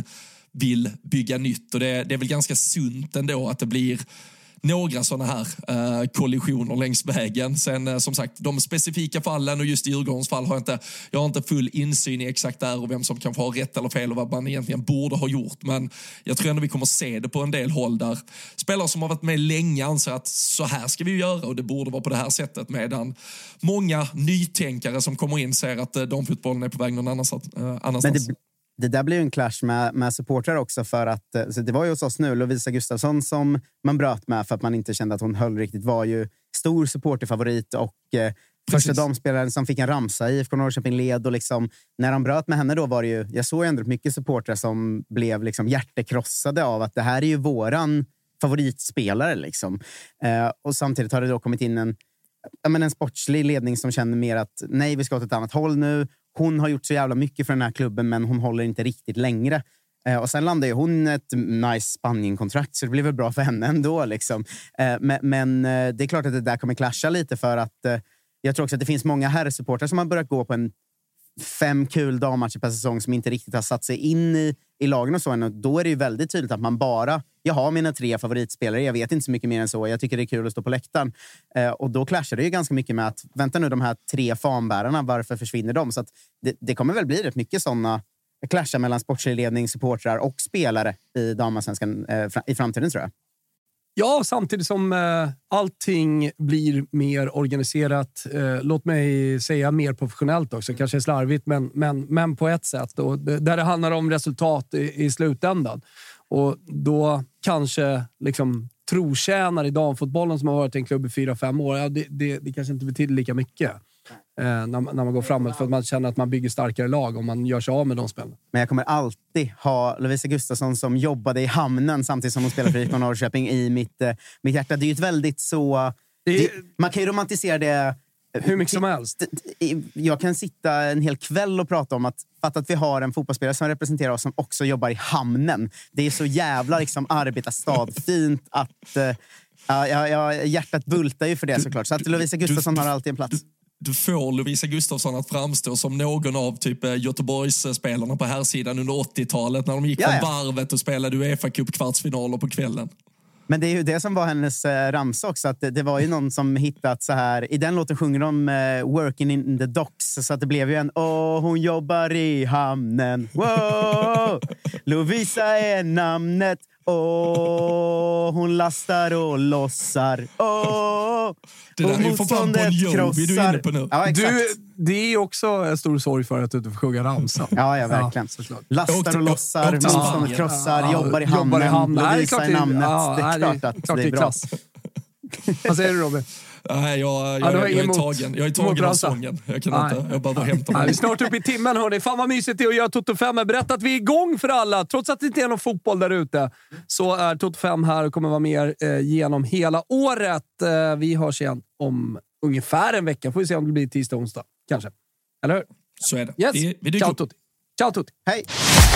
vill bygga nytt. Och det, det är väl ganska sunt ändå att det blir några sådana här uh, kollisioner längs vägen. Sen uh, som sagt, de specifika fallen och just i Djurgårdens fall har jag inte, jag har inte full insyn i exakt där och vem som kan få ha rätt eller fel och vad man egentligen borde ha gjort. Men jag tror ändå vi kommer se det på en del håll där spelare som har varit med länge anser att så här ska vi göra och det borde vara på det här sättet, medan många nytänkare som kommer in säger att uh, de fotbollen är på väg någon annanstans. Uh, annanstans. Men det, det där blir ju en clash med, med supportrar också, för att så det var ju hos oss nu, Lovisa Gustafsson som man bröt med för att man inte kände att hon höll riktigt, var ju stor supporterfavorit och eh, första damspelaren som fick en ramsa i I F K Norrköping led, och liksom, när han bröt med henne då var det ju, jag såg ändå mycket supportrar som blev liksom hjärtekrossade av att det här är ju våran favoritspelare liksom. Eh, och samtidigt har det då kommit in en, ja, men en sportslig ledning som känner mer att nej, vi ska åt ett annat håll nu. Hon har gjort så jävla mycket för den här klubben, men hon håller inte riktigt längre. Eh, och sen landade ju hon ett nice Spanien-kontrakt, så det blev väl bra för henne ändå. Liksom. Eh, men men eh, det är klart att det där kommer clasha lite, för att eh, jag tror också att det finns många herrsupportrar som har börjat gå på en fem kul dammatcher per säsong som inte riktigt har satt sig in i, i lagen och så än. Och då är det ju väldigt tydligt att man bara, jag har mina tre favoritspelare, jag vet inte så mycket mer än så, jag tycker det är kul att stå på läktaren. Eh, och då clashar det ju ganska mycket med att, vänta nu, de här tre fanbärarna, varför försvinner de? Så att det, det kommer väl bli rätt mycket sådana clashar mellan sportslig ledning, supportrar och spelare i damallsvenskan eh, i framtiden, tror jag. Ja, samtidigt som eh, allting blir mer organiserat. Eh, låt mig säga mer professionellt också. Kanske är slarvigt, men, men, men på ett sätt. Och det, där det handlar om resultat i, i slutändan. Och då kanske liksom trotjänare i damfotbollen som har varit i en klubb i fyra, fem år. Ja, det, det, det kanske inte betyder lika mycket. Eh, när, när man går framåt, för att man känner att man bygger starkare lag om man gör sig av med de spelarna. Men jag kommer alltid ha Lovisa Gustafsson som jobbade i hamnen samtidigt som hon spelade för I F K Norrköping i mitt, eh, mitt hjärta. Det är ju ett väldigt så... Det, det, man kan ju romantisera det hur mycket som helst. Jag kan sitta en hel kväll och prata om att fatta att vi har en fotbollsspelare som representerar oss som också jobbar i hamnen. Det är så jävla liksom arbetarstad fint att... Eh, ja, ja, hjärtat bultar ju för det såklart. Så att Lovisa Gustafsson har alltid en plats. Du får Lovisa Gustafsson att framstå som någon av typ Göteborgsspelarna på här sidan under åttiotalet när de gick från varvet och spelade UEFA Cup kvartsfinaler på kvällen. Men det är ju det som var hennes eh, ramsa också, att det, det var ju någon som hittat så här, i den låten sjunger de eh, working in the docks, så att det blev ju en, åh hon jobbar i hamnen, wow, Lovisa är namnet, åh hon lastar och lossar, åh det där är ju för fan Bon Jovi du är inne på nu. Ja, exakt. Du, det är också en stor sorg för att du inte får sjunga ramsan. Ja, ja, verkligen. Ja, lastar och lossar, motståndet krossar, ja, jobbar i hamnen, jobbar i hamnen. Lovisa är namnet. Ja, det är klart att det är, det är bra. Klass. Vad säger du, Robin? Nej, jag, jag, ja, jag, jag är tagen. Jag är tagen av sången. Jag kan Nej. inte. Jag bara hämta mig. Vi är snart upp i timmen, hörni. Fan vad mysigt det är att göra Toto fem. Berätta att vi är igång för alla. Trots att det inte är någon fotboll där ute, så är Toto fem här och kommer vara med eh, genom hela året. Eh, vi hörs igen om ungefär en vecka. Får vi se om det blir tisdag, onsdag. Kanske. Eller hur? Så är det. Yes. Vi, vi Ciao, Tutti. Ciao, Tutti. Hej.